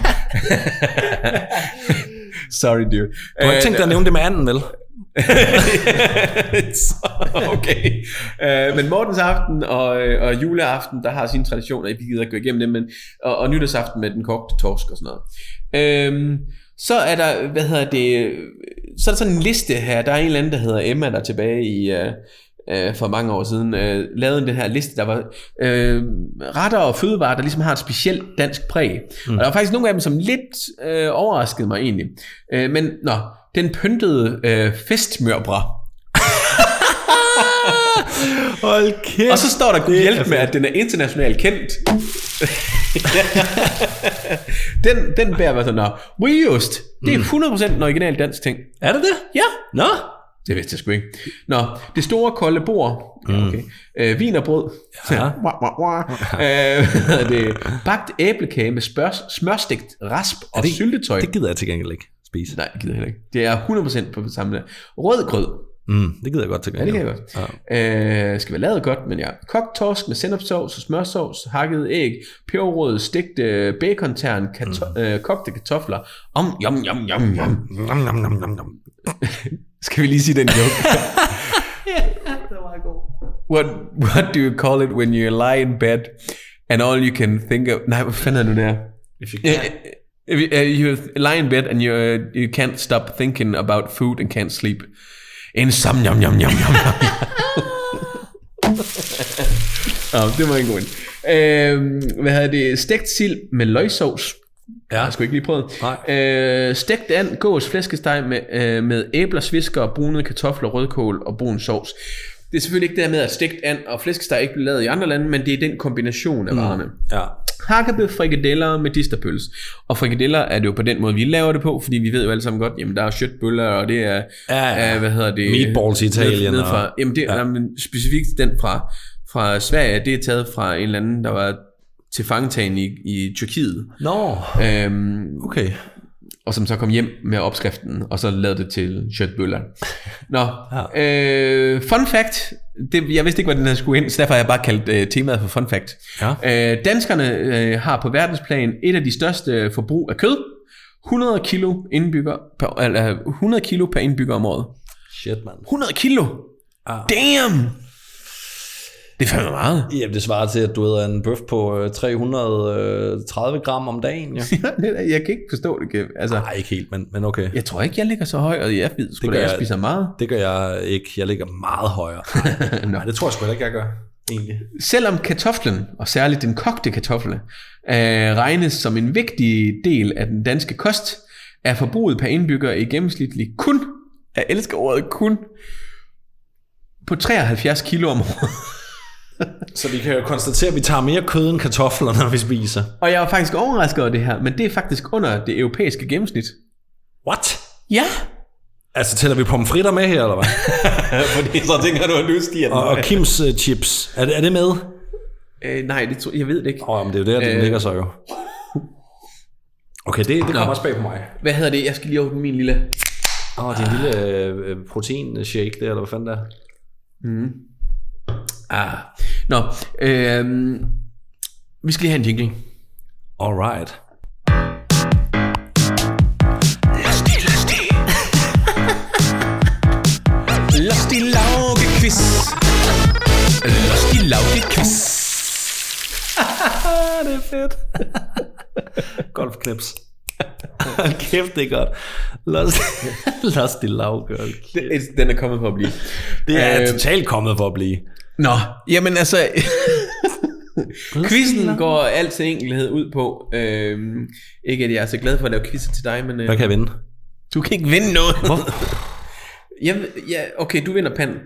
Sorry, dude. Du har ikke tænkt dig at nævne det med anden, vel? Okay. uh, Men Mortens aften og, og juleaften, der har sine traditioner. Jeg gider ikke gå igennem det, men og, og nytårsaften med den kogte torsk og sådan noget. uh, Så er der, hvad hedder det, så er der sådan en liste her. Der er en eller anden, der hedder Emma, der er tilbage i uh, øh, for mange år siden, øh, lavede den her liste, der var øh, retter og fødevarer, der ligesom har et specielt dansk præg. Mm. Og der var faktisk nogle af dem, som lidt øh, overraskede mig egentlig. Øh, men nå, den pyntede øh, festmørbrad. Hold kæft. Og så står der, kunne hjælpe med, at den er internationalt kendt. den, den bærer var sådan, rygeost, det er hundrede procent en original dansk ting. Er det det? Ja. Nå. Det vidste jeg sgu ikke. Nå, det store kolde bord. Mm. Okay. Øh, vin og brød. Ja. Wah, wah, wah. øh, det bagt æblekage med spør, smørstegt rasp og det, syltetøj. Det gider jeg til gengæld ikke spise. Nej, det gider jeg heller ikke. Det er hundrede procent på det samme der. Rød grød. Mm, det gider jeg godt til gengæld. Ja, det kan jeg godt. Ja. Øh, skal være lavet godt, men ja. Kogt torsk med sennepsovs og smørsovs, hakket æg, peberrød, stegt øh, bacontern, karto- mm. øh, kogte kartofler. Om, yum, yum, yum, yum. Nom, nom, nom, nom, nom. Skal vi lige sige den joke? Ja, det var god. What, what do you call it when you lie in bed and all you can think of... Nej, hvad fanden er nu der? If you can't... If you, uh, you lie in bed and you, uh, you can't stop thinking about food and can't sleep. Insomnium, yum, yum, yum, yum. oh, det var en god en. Uh, hvad hedder det? Stegt sild med løgsovs. Ja. Jeg har sgu ikke lige prøvet. Nej. Uh, stegt and, gås, flæskesteg med, uh, med æbler, svisker, brunede kartofler, rødkål og brun sovs. Det er selvfølgelig ikke det med, at stegt and og flæskesteg ikke bliver lavet i andre lande, men det er den kombination af varerne. Mm. Ja. Hakkebøf, frikadeller med medisterpølse. Og frikadeller er det jo på den måde, vi laver det på, fordi vi ved jo alle sammen godt, jamen der er köttbullar, og det er, ja, ja. Uh, hvad hedder det? Meatballs i Italien. Ned fra, jamen det er ja. specifikt den fra, fra Sverige, det er taget fra en eller anden, der var til fangetagen i, i Tyrkiet. Nå, no. um, okay. Og som så kom hjem med opskriften, og så lavede det til köttbullar. Nå, ja. øh, fun fact, det, jeg vidste ikke, hvad den her skulle ind, så derfor har jeg bare kaldt øh, temaet for fun fact. Ja. Øh, danskerne øh, har på verdensplan et af de største forbrug af kød, hundrede kilo, indbygger per, eller hundrede kilo per indbygger om året. Shit, man. hundrede kilo? Ah. Damn! Det er fandme meget. Jamen, det svarer til, at du æder en bøf på tre hundrede og tredive gram om dagen. Ja. Jeg kan ikke forstå det. Altså, nej, ikke helt, men, men okay. Jeg tror ikke, jeg ligger så højt, og jeg ved sgu da, jeg spiser meget. Det gør jeg ikke. Jeg ligger meget højere. Nej, det tror jeg sgu da ikke, jeg gør. Egentlig. Selvom kartoflen, og særligt den kogte kartoffel, øh, regnes som en vigtig del af den danske kost, er forbruget per indbygger i gennemsnitligt kun, jeg elsker ordet kun, på treoghalvfjerds kilo om året. Så vi kan jo konstatere, at vi tager mere kød end kartofler, når vi spiser. Og jeg var faktisk overrasket over det her, men det er faktisk under det europæiske gennemsnit. What? Ja. Altså tæller vi pomfritter med her, eller hvad? Fordi så tænker du, at du stiger den. Og, og Kims uh, chips, er det, er det med? Øh, nej, det tror, jeg ved det ikke. Åh, oh, men det er jo der, det øh... ligger så jo. Okay, det, det kommer også bag på mig. Hvad hedder det? Jeg skal lige åbne min lille... Åh, oh, det er en lille øh, protein-shake der, eller hvad fanden der? Mhm. Ah. Nå, øh, vi skal lige have en jingle. Alright. Lustig, lustig. Lustig Lauke quiz. Lustig Lauke quiz. Det er fedt. Golfknips. Kæft, det er godt. Lustig Lauke. Den er kommet for at blive. Det er øh, totalt kommet for at blive. Nå, jamen altså... Quizzen går alt til enkelhed ud på. Øhm, ikke at jeg er så glad for at lave quizzer til dig, men... Øh, hvad kan jeg vinde? Du kan ikke vinde noget. Hvor? jeg, ja, okay, du vinder panten.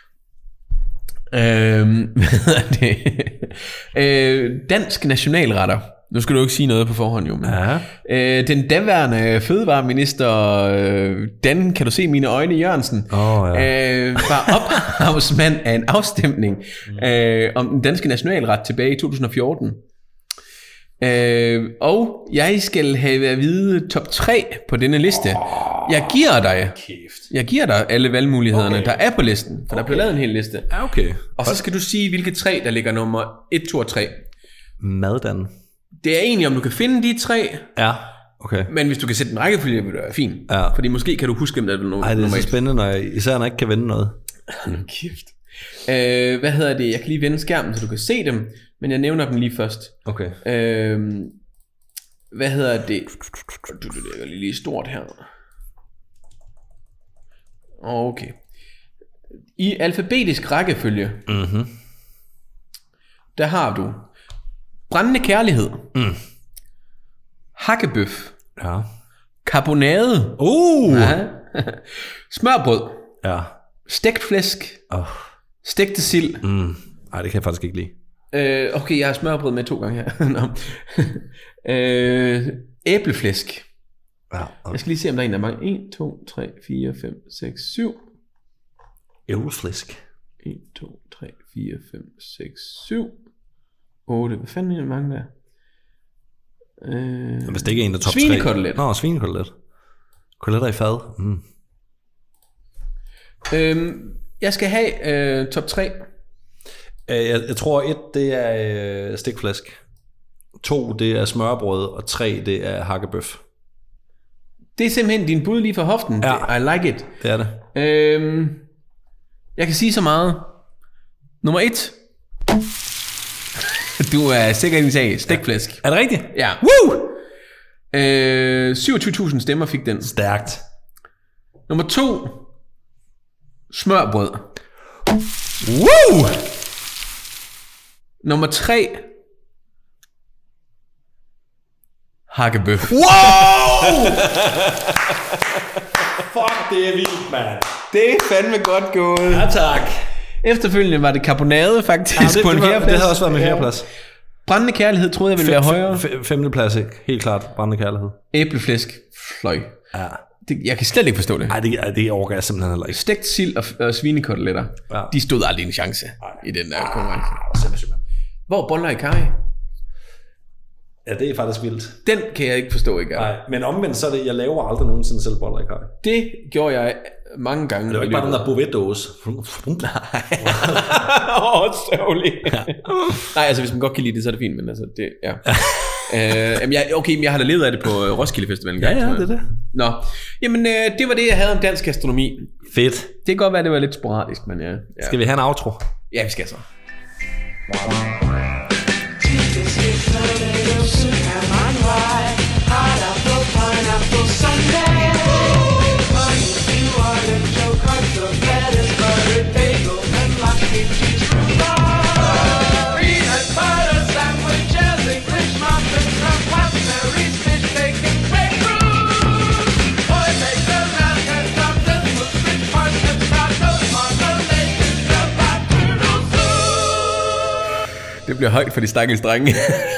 Øhm, hvad er det? øh, dansk nationalretter. Nu skal du ikke sige noget på forhånd, jo. Men, ja. øh, den daværende fødevareminister, øh, Dan, kan du se mine øjne, Jørgensen, oh, ja. øh, var ophavsmand af en afstemning mm. øh, om den danske nationalret tilbage i to tusind og fjorten. Øh, og jeg skal have at vide top tre på denne liste. Jeg giver dig Jeg giver dig alle valgmulighederne, okay. der er på listen. For okay. der blev lavet en hel liste. Okay. Og så skal du sige, hvilke tre, der ligger nummer et, to og tre. Maddan. Det er egentlig, om du kan finde de tre. Ja, okay. Men hvis du kan sætte en rækkefølge, vil det være fint. Ja. Fordi måske kan du huske, om der er noget. Nej, det er så spændende, når jeg, især når jeg ikke kan vende noget. Kæft. Øh, hvad hedder det? Jeg kan lige vende skærmen, så du kan se dem. Men jeg nævner dem lige først. Okay. Øh, hvad hedder det? Det er lige stort her. Okay. I alfabetisk rækkefølge, Mhm. der har du brændende kærlighed, Mm. hakkebøf, Ja. karbonade, Uh! ja. smørbrød, Ja. stegt flæsk, Oh. stegte sild. Mm. Ej, det kan jeg faktisk ikke lide. Øh, okay, jeg har smørbrød med to gange her. Nå. øh, æbleflæsk. Ja. Jeg skal lige se, om der er en, der er mange. en, to, tre, fire, fem, seks, syv. Æbleflæsk. en, to, tre, fire, fem, seks, syv. otte. Hvad fanden er det mange der? Øh, Hvis det ikke er en, der top tre. Svinekotelet. Nå, svinekotelet. Koteletter i fad. Mm. øh, jeg skal have øh, top tre. Jeg, jeg tror, et, det er øh, stikflæsk. To, det er smørbrød. Og tre, det er hakkebøf. Det er simpelthen din bud lige fra hoften. Ja. I like it. Det er det. Øh, jeg kan sige så meget. Nummer et. Du er sikker i din sag. Stegflæsk. Er det rigtigt? Ja. Woo! Øh, syvogtyve tusind stemmer fik den. Stærkt. Nummer to. Smørbrød. Woo! Nummer tre. Hakkebøf. Wow! Fuck, det er vildt, mand. Det er fandme godt gået. Ja, tak. Efterfølgende var det karbonade faktisk Ja, det, på en det, var, fjerdeplads. det havde også været med fjerdeplads. Brændende kærlighed troede jeg ville være højere. F- femte plads, ikke? Helt klart. Brændende kærlighed. Æbleflæsk. Fløj. Ja. Det, jeg kan slet ikke forstå det. Ej, det, det overgår jeg simpelthen heller ikke. Stegt sild og, og svinekoteletter. Ja. De stod aldrig en chance i den der konkurrence. Simpelthen. Hvor boller i karry? Ja, det er faktisk vildt. Den kan jeg ikke forstå, ikke? Nej, men omvendt så er det, jeg laver aldrig nogensinde selv boller i karry. Det gjorde jeg mange gange. Det er jo ikke bare den der Bouvet-dåse. Nej. Åh, oh, sørgelig. Nej, altså hvis man godt kan lide det, så er det fint, men altså det, ja. øh, jamen, jeg, okay, men jeg har da levet af det på Roskilde Festivalen. Ja, ja, det er det. Nå, jamen øh, det var det, jeg havde om dansk gastronomi. Fedt. Det kan godt være, det var lidt sporadisk, men ja. ja. Skal vi have en outro? Ja, vi skal så. Det bliver højt for de stakkels drenge.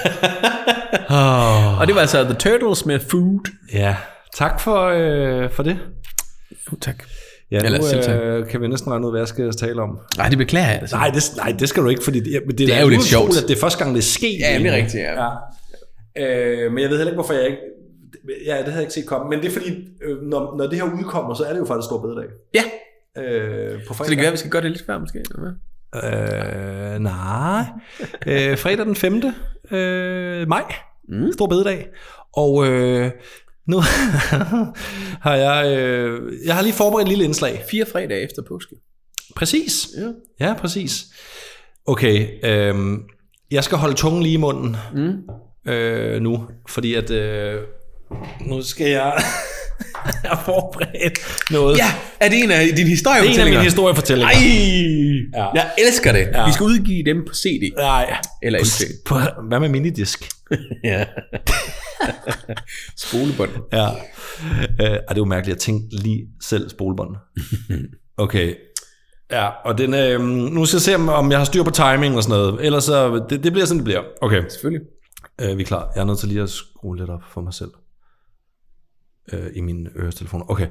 oh. Og det var altså The Turtles med Food. Ja, tak for, øh, for det. Jo, tak. Ja, nu Eller, øh, kan vi næsten regne ud, hvad jeg skal tale om. Nej, det beklager jeg altså. Nej, det, nej, det skal du ikke, fordi det, det, det er jo lidt sjovt. At det er første gang, det er sket. Ja, det er rigtigt, ja. ja. Øh, men jeg ved heller ikke, hvorfor jeg ikke... Ja, det havde jeg ikke set komme. Men det er fordi, øh, når, når det her udkommer, så er det jo faktisk stor bededag. Ja. Øh, på fredag. Så det kan være, vi skal gøre det lidt før, måske? Eller Øh, nej. øh, fredag den femte Øh, maj. Mm. Stor bededag. Og øh, nu har jeg... Øh, jeg har lige forberedt et lille indslag. Fire fredage efter påske. Præcis. Ja, ja præcis. Okay, øh, jeg skal holde tungen lige i munden mm. øh, nu, fordi at øh, nu skal jeg have forberedt noget. Ja, er det en af dine historiefortællinger? Det er en af mine historiefortællinger. Ej, ja. Jeg elsker det. Ja. Vi skal udgive dem på C D. Nej. Eller L P. På, hvad med minidisk? Ja. Spolebånd. Ja. Øh, det er jo mærkeligt, at tænke lige selv spolebånd. Okay. Ja, og den, øh, nu skal jeg se, om jeg har styr på timing og sådan noget. Ellers så, det, det bliver sådan, det bliver. Okay. Selvfølgelig. Øh, vi er klar. Jeg er nødt til lige at skrue lidt op for mig selv. Øh, I mine øretelefoner. Okay.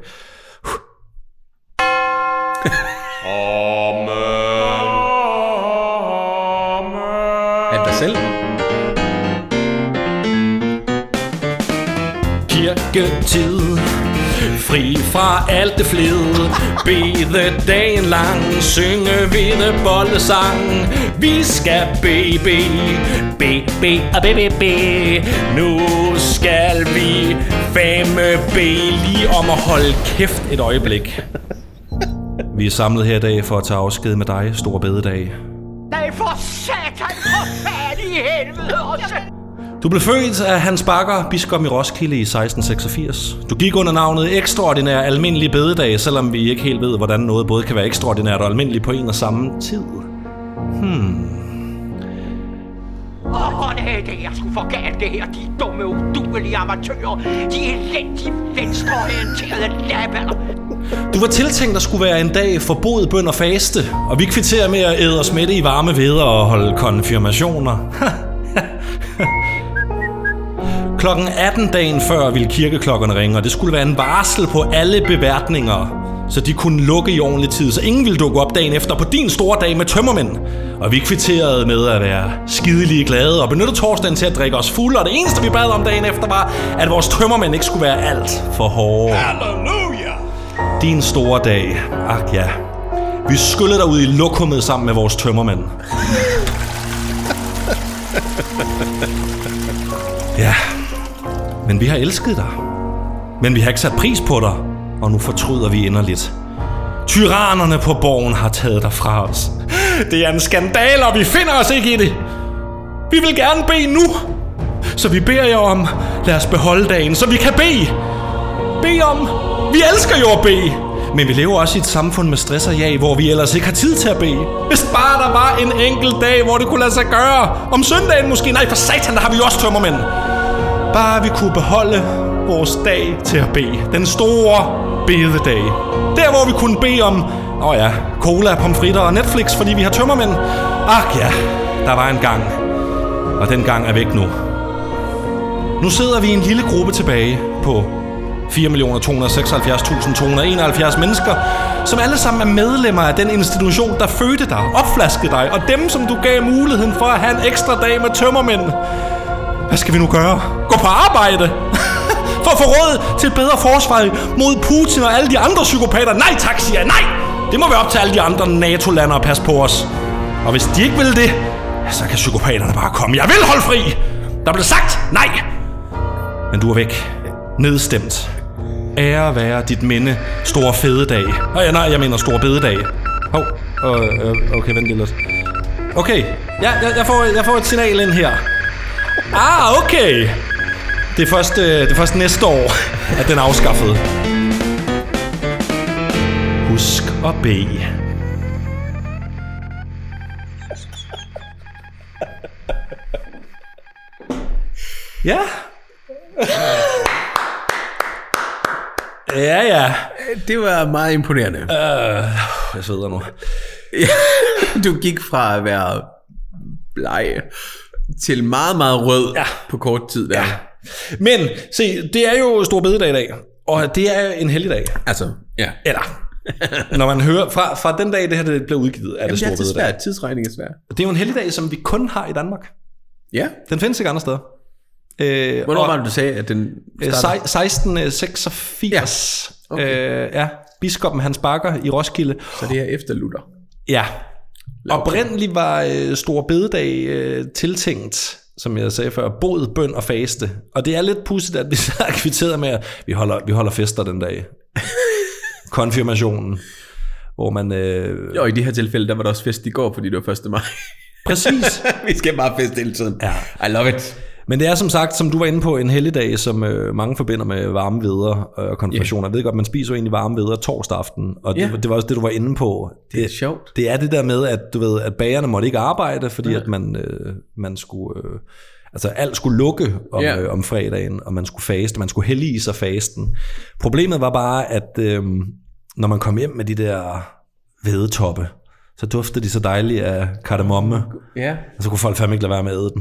Amen. Er det selv? Kirketid. Fri fra alt det flede. Bede dagen lang. Synge hvide bollesang. Vi skal be, be, be, be, og be, be, be. Nu skal vi fame be lige om at holde kæft et øjeblik. Vi er samlet her i dag for at tage afsked med dig, store bededag. Nej, for satan, for fanden i helvede også. Du blev født af Hans Bagger, biskop i Roskilde i seksten seksogfirs. Du gik under navnet ekstraordinær almindelig bededag, selvom vi ikke helt ved, hvordan noget både kan være ekstraordinært og almindeligt på en og samme tid. Hmm... Åh, oh, nej, det er sgu for galt det her. De dumme, uduelige amatører. De elendige, venstreorienterede laballer. Du var tiltænkt at skulle være en dag for bod, bøn og faste, og vi kvitterer med at æde os mætte i varme veder og holde konfirmationer. Klokken atten dagen før ville kirkeklokkerne ringe, og det skulle være en varsel på alle beværtninger, så de kunne lukke i ordentlig tid, så ingen ville dukke op dagen efter på din store dag med tømmermænd. Og vi kvitterede med at være skidelige glade og benytte torsdagen til at drikke os fulde, og det eneste vi bad om dagen efter var, at vores tømmermænd ikke skulle være alt for hårde. Halleluja! Din store dag. Ach ja. Vi skyllede dig ud i lokummet sammen med vores tømmermænd. Ja, men vi har elsket dig. Men vi har ikke sat pris på dig, og nu fortryder vi inderligt. Tyrannerne på borgen har taget dig fra os. Det er en skandale, og vi finder os ikke i det. Vi vil gerne bede nu. Så vi beder jer om, lad os beholde dagen, så vi kan bede. Bede om. Vi elsker jo at bede. Men vi lever også i et samfund med stress og jag, hvor vi ellers ikke har tid til at bede. Hvis bare der var en enkelt dag, hvor det kunne lade sig gøre. Om søndagen måske. Nej, for satan, der har vi også tømmermænd. Bare vi kunne beholde vores dag til at bede. Den store bededag. Der, hvor vi kunne bede om, åh oh ja, cola, pomfritter og Netflix, fordi vi har tømmermænd. Ach ja, der var en gang. Og den gang er væk nu. Nu sidder vi i en lille gruppe tilbage på fire millioner to hundrede og seksoghalvfjerds tusind to hundrede og enoghalvfjerds mennesker, som alle sammen er medlemmer af den institution, der fødte dig, opflaskede dig, og dem, som du gav muligheden for at have en ekstra dag med tømmermænd. Hvad skal vi nu gøre? Gå på arbejde? For at få råd til et bedre forsvar mod Putin og alle de andre psykopater? Nej tak, siger jeg. Nej! Det må være op til alle de andre NATO-lande at passe på os. Og hvis de ikke vil det, så kan psykopaterne bare komme. Jeg vil holde fri! Der blev sagt nej! Men du er væk. Nedstemt. Ære være dit minde, store fededag. Nej, nej, jeg mener store bededag. Hov, oh, uh, okay, vent lidt. Okay, ja, jeg, jeg, får, jeg får et signal ind her. Ah, okay. Det er først, øh, det er først næste år, at den er afskaffet. Husk at bede. Ja. Ja, ja. Det var meget imponerende. Uh, jeg sveder nu. Du gik fra at være bleg til meget, meget rød ja. På kort tid der. Ja. Men, se, det er jo Store Bededag i dag, og det er en helligdag. Altså, ja. Eller, når man hører, fra, fra den dag, det her det blev udgivet, er Jamen, det Store Bededag. Det er svært, tidsregning er svært. Det er jo en helligdag, som vi kun har i Danmark. Ja. Den findes ikke andre steder. Øh, Hvornår var det, du sagde, at den startede? seksten seksogfirs. Ja. Okay. Øh, ja, biskoppen Hans Bagger i Roskilde. Så det er efter Luther. Ja. Oprindeligt var øh, Store Bededag øh, tiltænkt, som jeg sagde før, bod, bøn og faste. Og det er lidt pudsigt, at vi så er kvitteret med, at vi holder, vi holder fester den dag. Konfirmationen, hvor man... Øh... Jo, i det her tilfælde, der var der også fest i går, fordi det var første maj. Præcis. Vi skal bare feste hele tiden. Ja. I love it. Men det er som sagt, som du var inde på, en helligdag, som øh, mange forbinder med varme hveder og konfirmationer. Yeah. Jeg ved godt, man spiser jo egentlig varme hveder torsdag aften, og yeah. det, det var også det, du var inde på. Det, det er sjovt. Det er det der med, at du ved, at bagerne måtte ikke arbejde, fordi yeah. at man, øh, man skulle... Øh, altså alt skulle lukke om, yeah. øh, om fredagen, og man skulle faste, man skulle hellige sig fasten. Problemet var bare, at øh, når man kom hjem med de der hvedetoppe, så duftede de så dejligt af kardemomme, yeah. og så kunne folk fandme ikke lade være med at æde dem.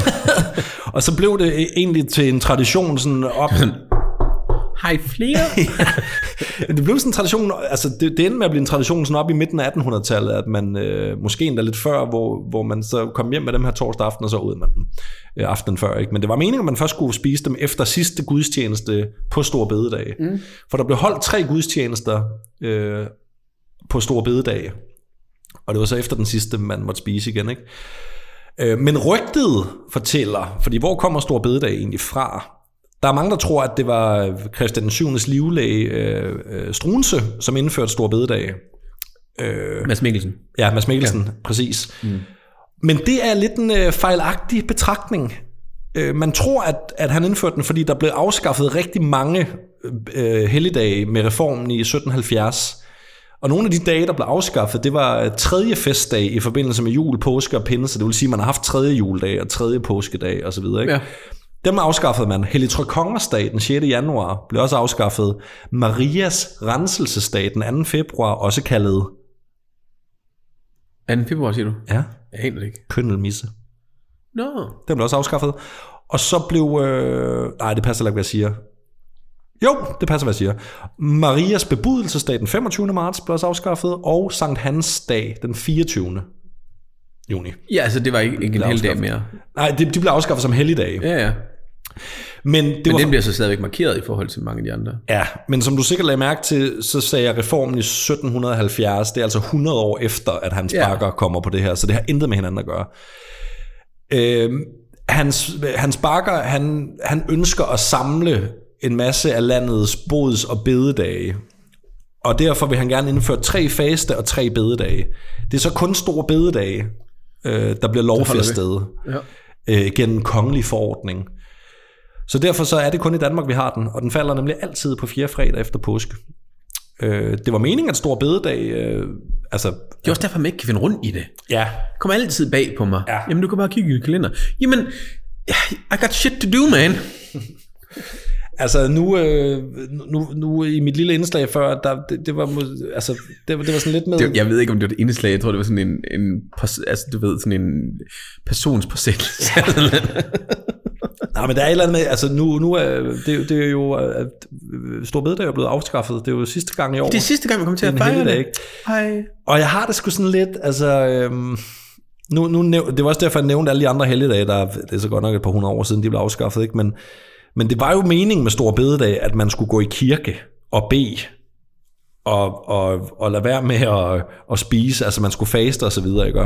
Og så blev det egentlig til en tradition sådan op... Har I flere? Ja, det blev sådan en tradition, altså det, det endte med at blive en tradition sådan op i midten af attenhundredetallet, at man øh, måske endda lidt før, hvor, hvor man så kom hjem med dem her torsdag aften, og så ud man dem øh, aftenen før. Ikke? Men det var meningen, at man først skulle spise dem efter sidste gudstjeneste på Store Bededag. Mm. For der blev holdt tre gudstjenester øh, på Store Bededag, og det var så efter den sidste, man måtte spise igen, ikke? Men rygtet fortæller, fordi hvor kommer Store Bededag egentlig fra? Der er mange, der tror, at det var Christian den syvendes livlæge øh, Struensee, som indførte Store Bededag. Øh, Mads Mikkelsen. Ja, Mads Mikkelsen, ja. Præcis. Mm. Men det er lidt en øh, fejlagtig betragtning. øh, man tror, at, at han indførte den, fordi der blev afskaffet rigtig mange øh, helligdage med reformen i sytten halvfjerds. Og nogle af de dage, der blev afskaffet, det var tredje festdag i forbindelse med jul, påske og pinse. Det vil sige, at man har haft tredje juledag og tredje påskedag osv. Ja. Dem afskaffede man. Hellig Tre Kongers dag den sjette januar blev også afskaffet. Marias renselsesdag den anden februar, også kaldet... anden februar, siger du? Ja. Jeg aner det ikke. Køndelmisse. Nå. No. Den blev også afskaffet. Og så blev... Øh... Nej, det passer ikke, hvad jeg siger. Jo, det passer, hvad jeg siger. Marias bebudelsesdag den femogtyvende marts blev også afskaffet, og Sankt Hans dag den fireogtyvende juni. Ja, altså det var ikke, ikke en helligdag mere. Nej, de, de blev afskaffet som helligdage. Ja, ja. Men, det men var, den bliver så stadigvæk markeret i forhold til mange af de andre. Ja, men som du sikkert lagde mærke til, så sagde jeg reformen i sytten halvfjerds, det er altså hundrede år efter, at Hans Bakker ja. kommer på det her, så det har intet med hinanden at gøre. Øh, Hans, Hans Bakker, han, han ønsker at samle en masse af landets bods- og bededage, og derfor vil han gerne indføre tre faste og tre bededage. Det er så kun store bededage, øh, der bliver lovfæstet ja. øh, gennem kongelig forordning. Så derfor så er det kun i Danmark, vi har den, og den falder nemlig altid på fjerde fredag efter påske. Øh, det var meningen, at stor bededag... Øh, altså, det er også derfor, man ikke kan finde rundt i det. Ja. Det kommer altid bag på mig. Ja. Jamen, du kan bare kigge i kalender. Jamen, I got shit to do, man. Altså nu, øh, nu, nu i mit lille indslag før, der, det, det, var, altså, det, det var sådan lidt med... Det, jeg ved ikke, om det var et indslag, jeg tror, det var sådan en, en altså, du ved, sådan en personspåsættelse. Nej, men der er et eller andet med, altså nu, nu er det, det er jo, at Store Bededag er blevet afskaffet, det er jo sidste gang i år. Det er sidste gang, vi kommer til at fejre det. Hej. Og jeg har det sgu sådan lidt, altså... Øhm, nu, nu, det var også derfor, jeg nævnte alle de andre helligdage, der det er så godt nok et par hundrede år siden, de blev afskaffet, ikke? Men, men det var jo meningen med Store Bededag, at man skulle gå i kirke og bede, og, og, og lade være med at, at spise, altså man skulle faste og så videre, ikke?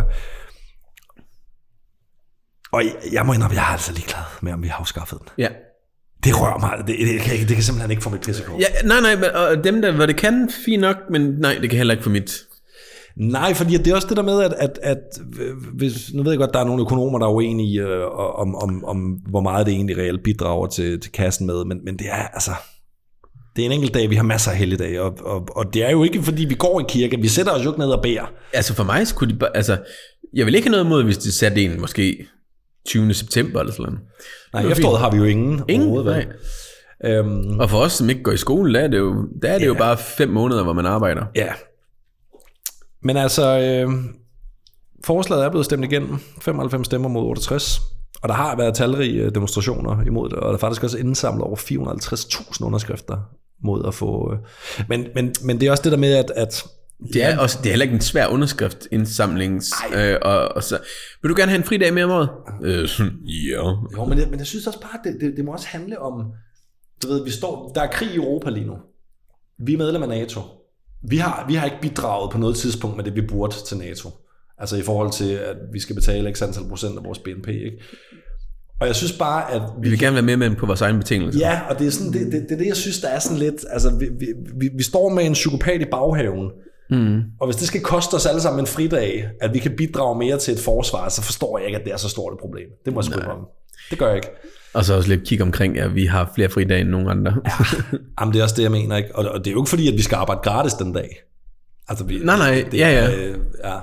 Og jeg, jeg må indrømme, jeg er altså ligeglad med, om vi har afskaffet den. Ja. Det rører mig. Det, det, det, kan, det kan simpelthen ikke få mit pissekort. Ja, nej, nej, og dem der, hvor det kan, fint nok, men nej, det kan heller ikke få mit. Nej, fordi det er også det der med, at, at, at hvis, nu ved jeg godt, der er nogle økonomer, der er uenige øh, om, om, om, hvor meget det egentlig reelt bidrager til, til kassen med, men, men det er altså... Det er en enkelt dag, vi har masser af helligdage, og, og, og det er jo ikke, fordi vi går i kirke. Vi sætter os jo ikke ned og beder. Altså for mig skulle de bare... Altså, jeg vil ikke have noget imod, hvis de satte en måske... tyvende september eller sådan noget. Nej, efteråret har vi jo ingen. Ingen, nej. Øhm, og for os, som ikke går i skole, der er det jo, der er det ja. jo bare fem måneder, hvor man arbejder. Ja. Men altså, øh, forslaget er blevet stemt igennem. femoghalvfems stemmer mod otteogtres. Og der har været talrige demonstrationer imod det, og der er faktisk også indsamlet over fire hundrede og halvtreds tusind underskrifter mod at få... Øh. Men, men, men det er også det der med, at... at det er, også, det er heller ikke en svær underskriftindsamlings øh, og, og så vil du gerne have en fridag mere om året? Øh, ja. Jo, men, det, men jeg synes også bare det, det, det må også handle om, du ved, vi står, der er krig i Europa lige nu. Vi er medlem af NATO. Vi har, vi har ikke bidraget på noget tidspunkt med det vi burde til NATO. Altså i forhold til at vi skal betale x antal procent af vores B N P, ikke? Og jeg synes bare, at... Vi, vi vil gerne være med med på vores egen betingelser. Ja, og det er, sådan, det, det, det er det, jeg synes, der er sådan lidt... Altså, vi, vi, vi står med en psykopat i baghaven, mm. og hvis det skal koste os alle sammen en fridag, at vi kan bidrage mere til et forsvar, så forstår jeg ikke, at det er så stort et problem. Det må jeg sgu om. Det gør jeg ikke. Og så også lidt kigge omkring, at vi har flere fridage end nogen andre. Ja, jamen, det er også det, jeg mener, ikke? Og det er jo ikke fordi, at vi skal arbejde gratis den dag. Altså, vi, nej, nej, det, ja, ja. Øh, ja.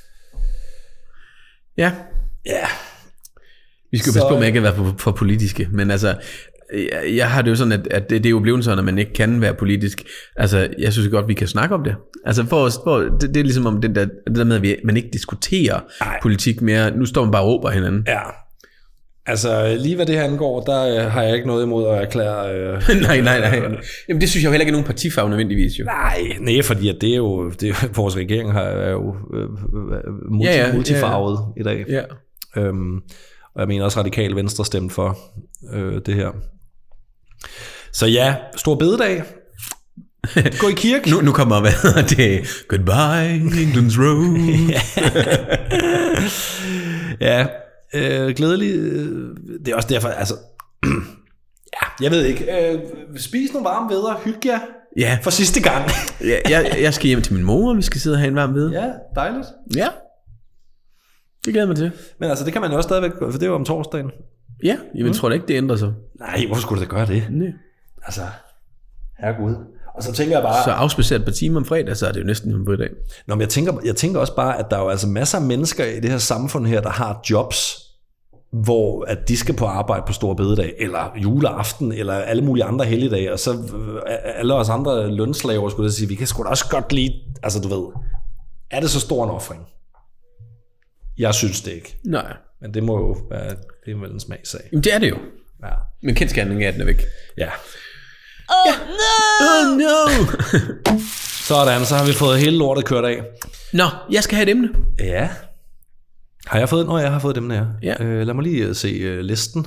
Ja. Ja. Vi skal jo passe på, at man ikke være for, for politiske, men altså, jeg, jeg har det jo sådan, at, at det, det er jo blevet sådan, at man ikke kan være politisk. Altså, jeg synes godt, vi kan snakke om det. Altså, for, for, det, det er ligesom om den der, det der med, at vi, man ikke diskuterer Ej. politik mere. Nu står man bare og råber hinanden. Ja. Altså, lige hvad det her angår, der øh, har jeg ikke noget imod at erklære... Øh, nej, nej, nej. Jamen, det synes jeg jo heller ikke er nogen partifarve nødvendigvis, jo. Nej, nej, fordi at det er jo... Det er, vores regering har, er jo øh, multi, ja, ja, multifarvet ja, ja. i dag. Ja. Øhm, og jeg mener også Radikale Venstre stemt for øh, det her. Så ja, stor bededag. Gå i kirke. nu, nu kommer hvad det Goodbye, England's Road. Ja, øh, glædelig. Det er også derfor, altså... ja, jeg ved ikke. Øh, spis nogle varme vædder, hygge jer. Ja. For sidste gang. ja, jeg, jeg skal hjem til min mor, og vi skal sidde og have en varm vædder. Ja, dejligt. Ja. Det glæder mig til. Men altså, det kan man jo også stadigvæk, for det er jo om torsdagen. Ja, jeg mm. tror da ikke, det ændrer sig. Nej, hvorfor skulle det gøre det? Nej. Altså, herregud. Og så tænker jeg bare... Så afspaceret på timer om fredag, så er det jo næsten en dag. Nå, men jeg tænker, jeg tænker også bare, at der er jo altså masser af mennesker i det her samfund her, der har jobs, hvor at de skal på arbejde på store bededag, eller juleaften, eller alle mulige andre helligdage, og så alle os andre lønslaver skulle jeg sige, vi kan sgu da også godt lide, altså du ved, er det så stor en offring? Jeg synes det ikke. Nej. Men det må jo være, det er vel en smagssag. Jamen det er det jo. Ja. Men kendskærningen er, at den er væk. Ja. Oh ja. no! Oh no! Sådan, så har vi fået hele lortet kørt af. Nå, jeg skal have et emne. Ja. Har jeg fået Nå, jeg har fået et emne her. Ja. Øh, lad mig lige se uh, listen.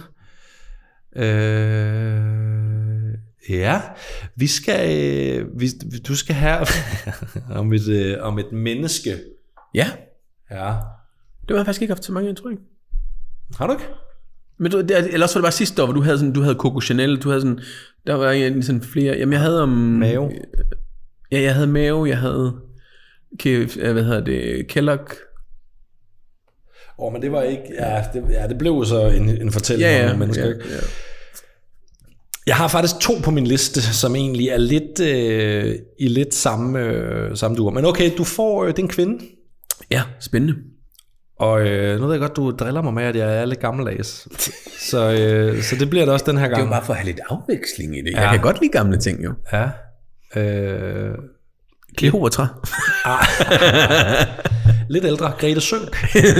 Øh, ja. Vi skal, øh, vi, du skal have om, et, øh, om et menneske. Ja. Ja. Det har jeg faktisk ikke haft så mange indtryk. Har du ikke? Men du, det, eller også var det bare sidste år, hvor du havde sådan, du havde Coco Chanel, du havde sådan, der var egentlig sådan flere, jamen jeg havde om... Mave. Ja, jeg havde Mave, jeg havde, hvad hedder det, Kellogg. Åh, oh, men det var ikke, ja, det, ja, det blev så en, en fortælling ja, ja, om nogle mennesker, ja, ikke? Ja. Jeg har faktisk to på min liste, som egentlig er lidt øh, i lidt samme, øh, samme duer. Men okay, du får, øh, det er en kvinde. Ja, spændende. Og øh, nu ved jeg godt, du driller mig med, at jeg er lidt gammeldags. så, øh, så det bliver det også den her gang. Det er jo bare for at have lidt afveksling i det. Ja. Jeg kan godt lide gamle ting, jo. Ja. Øh, Kleopatra. ah. Lidt ældre. Grete Sønk.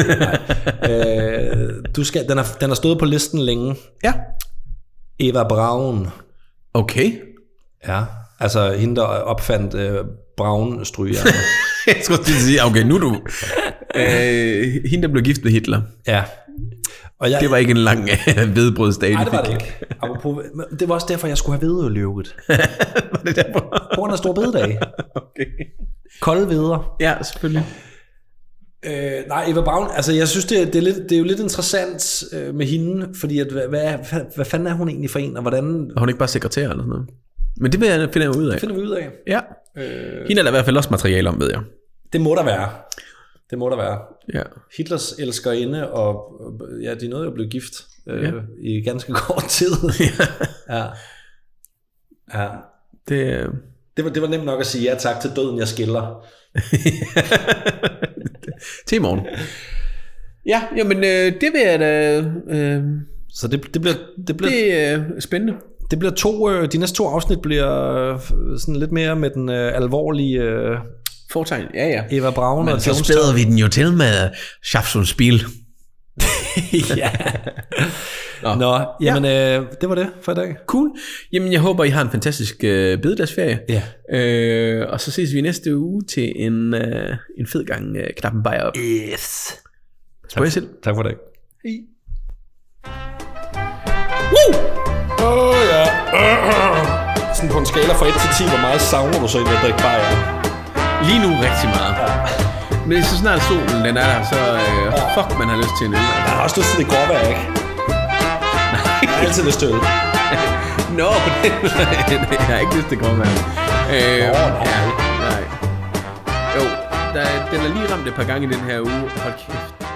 øh, du skal, den, har, den har stået på listen længe. Ja. Eva Braun. Okay. Ja. Altså hende, der opfandt øh, Braun stryger. Jeg skulle til at sige, okay, nu er du... øh, hende, der blev gift med Hitler. Ja. Og jeg, det var ikke en lang vedbrødsdag. Nej, det var det ikke. Apropos, det var også derfor, jeg skulle have hvedeøløvet. Var det derfor? På grund af store bededag. Okay. Kolde hveder. Ja, selvfølgelig. Øh, nej, Eva Braun, altså jeg synes, det er, det er, lidt, det er jo lidt interessant øh, med hende, fordi at, hvad, hvad, hvad fanden er hun egentlig for en, og hvordan... Er hun ikke bare sekretær eller sådan noget? Men det vil jeg finde ud af. Det finder vi ud af. Ja. Øh... Hende er der i hvert fald også materiale om, ved jeg. Det må der være. Det må der være. Ja. Hitlers elskerinde, og ja, de nåede jo at blive gift øh, ja. i ganske kort tid. ja. Ja. Det... Det var, det var nemt nok at sige ja tak til døden, jeg skiller. Til i morgen. Ja, jamen øh, det vil jeg da... Øh, Så det, det bliver... Det, bliver, det er øh, spændende. Det bliver to... Øh, de næste to afsnit bliver øh, sådan lidt mere med den øh, alvorlige... Øh, Fortegn, ja ja. Eva Braun men og så spæder vi den jo til med Schafsons Spiel. ja. Nå, Nå jamen ja. øh, det var det for i dag. Cool. Jamen jeg håber I har en fantastisk øh, bededagsferie. Ja. Øh, og så ses vi næste uge til en, øh, en fed gang øh, knappen bajer op. Yes. Tak, tak, tak for det. Hej. Woo! Åh oh, ja. Uh, sådan på en skala fra et til ti, hvor meget savner du så egentlig at drikke bajer? Lige nu rigtig meget. Ja. Men så snart solen den er der, så øh, fuck man har lyst til en øl. Jeg har også lyst til det gråvejr, ikke? Nej. Jeg har altid lyst til øl. Nå, på den jeg har ikke lyst til gråvejr. Øh, Nå, nej. Ja, nej. Jo, der, den er lige ramt et par gange i den her uge. Hold kæft.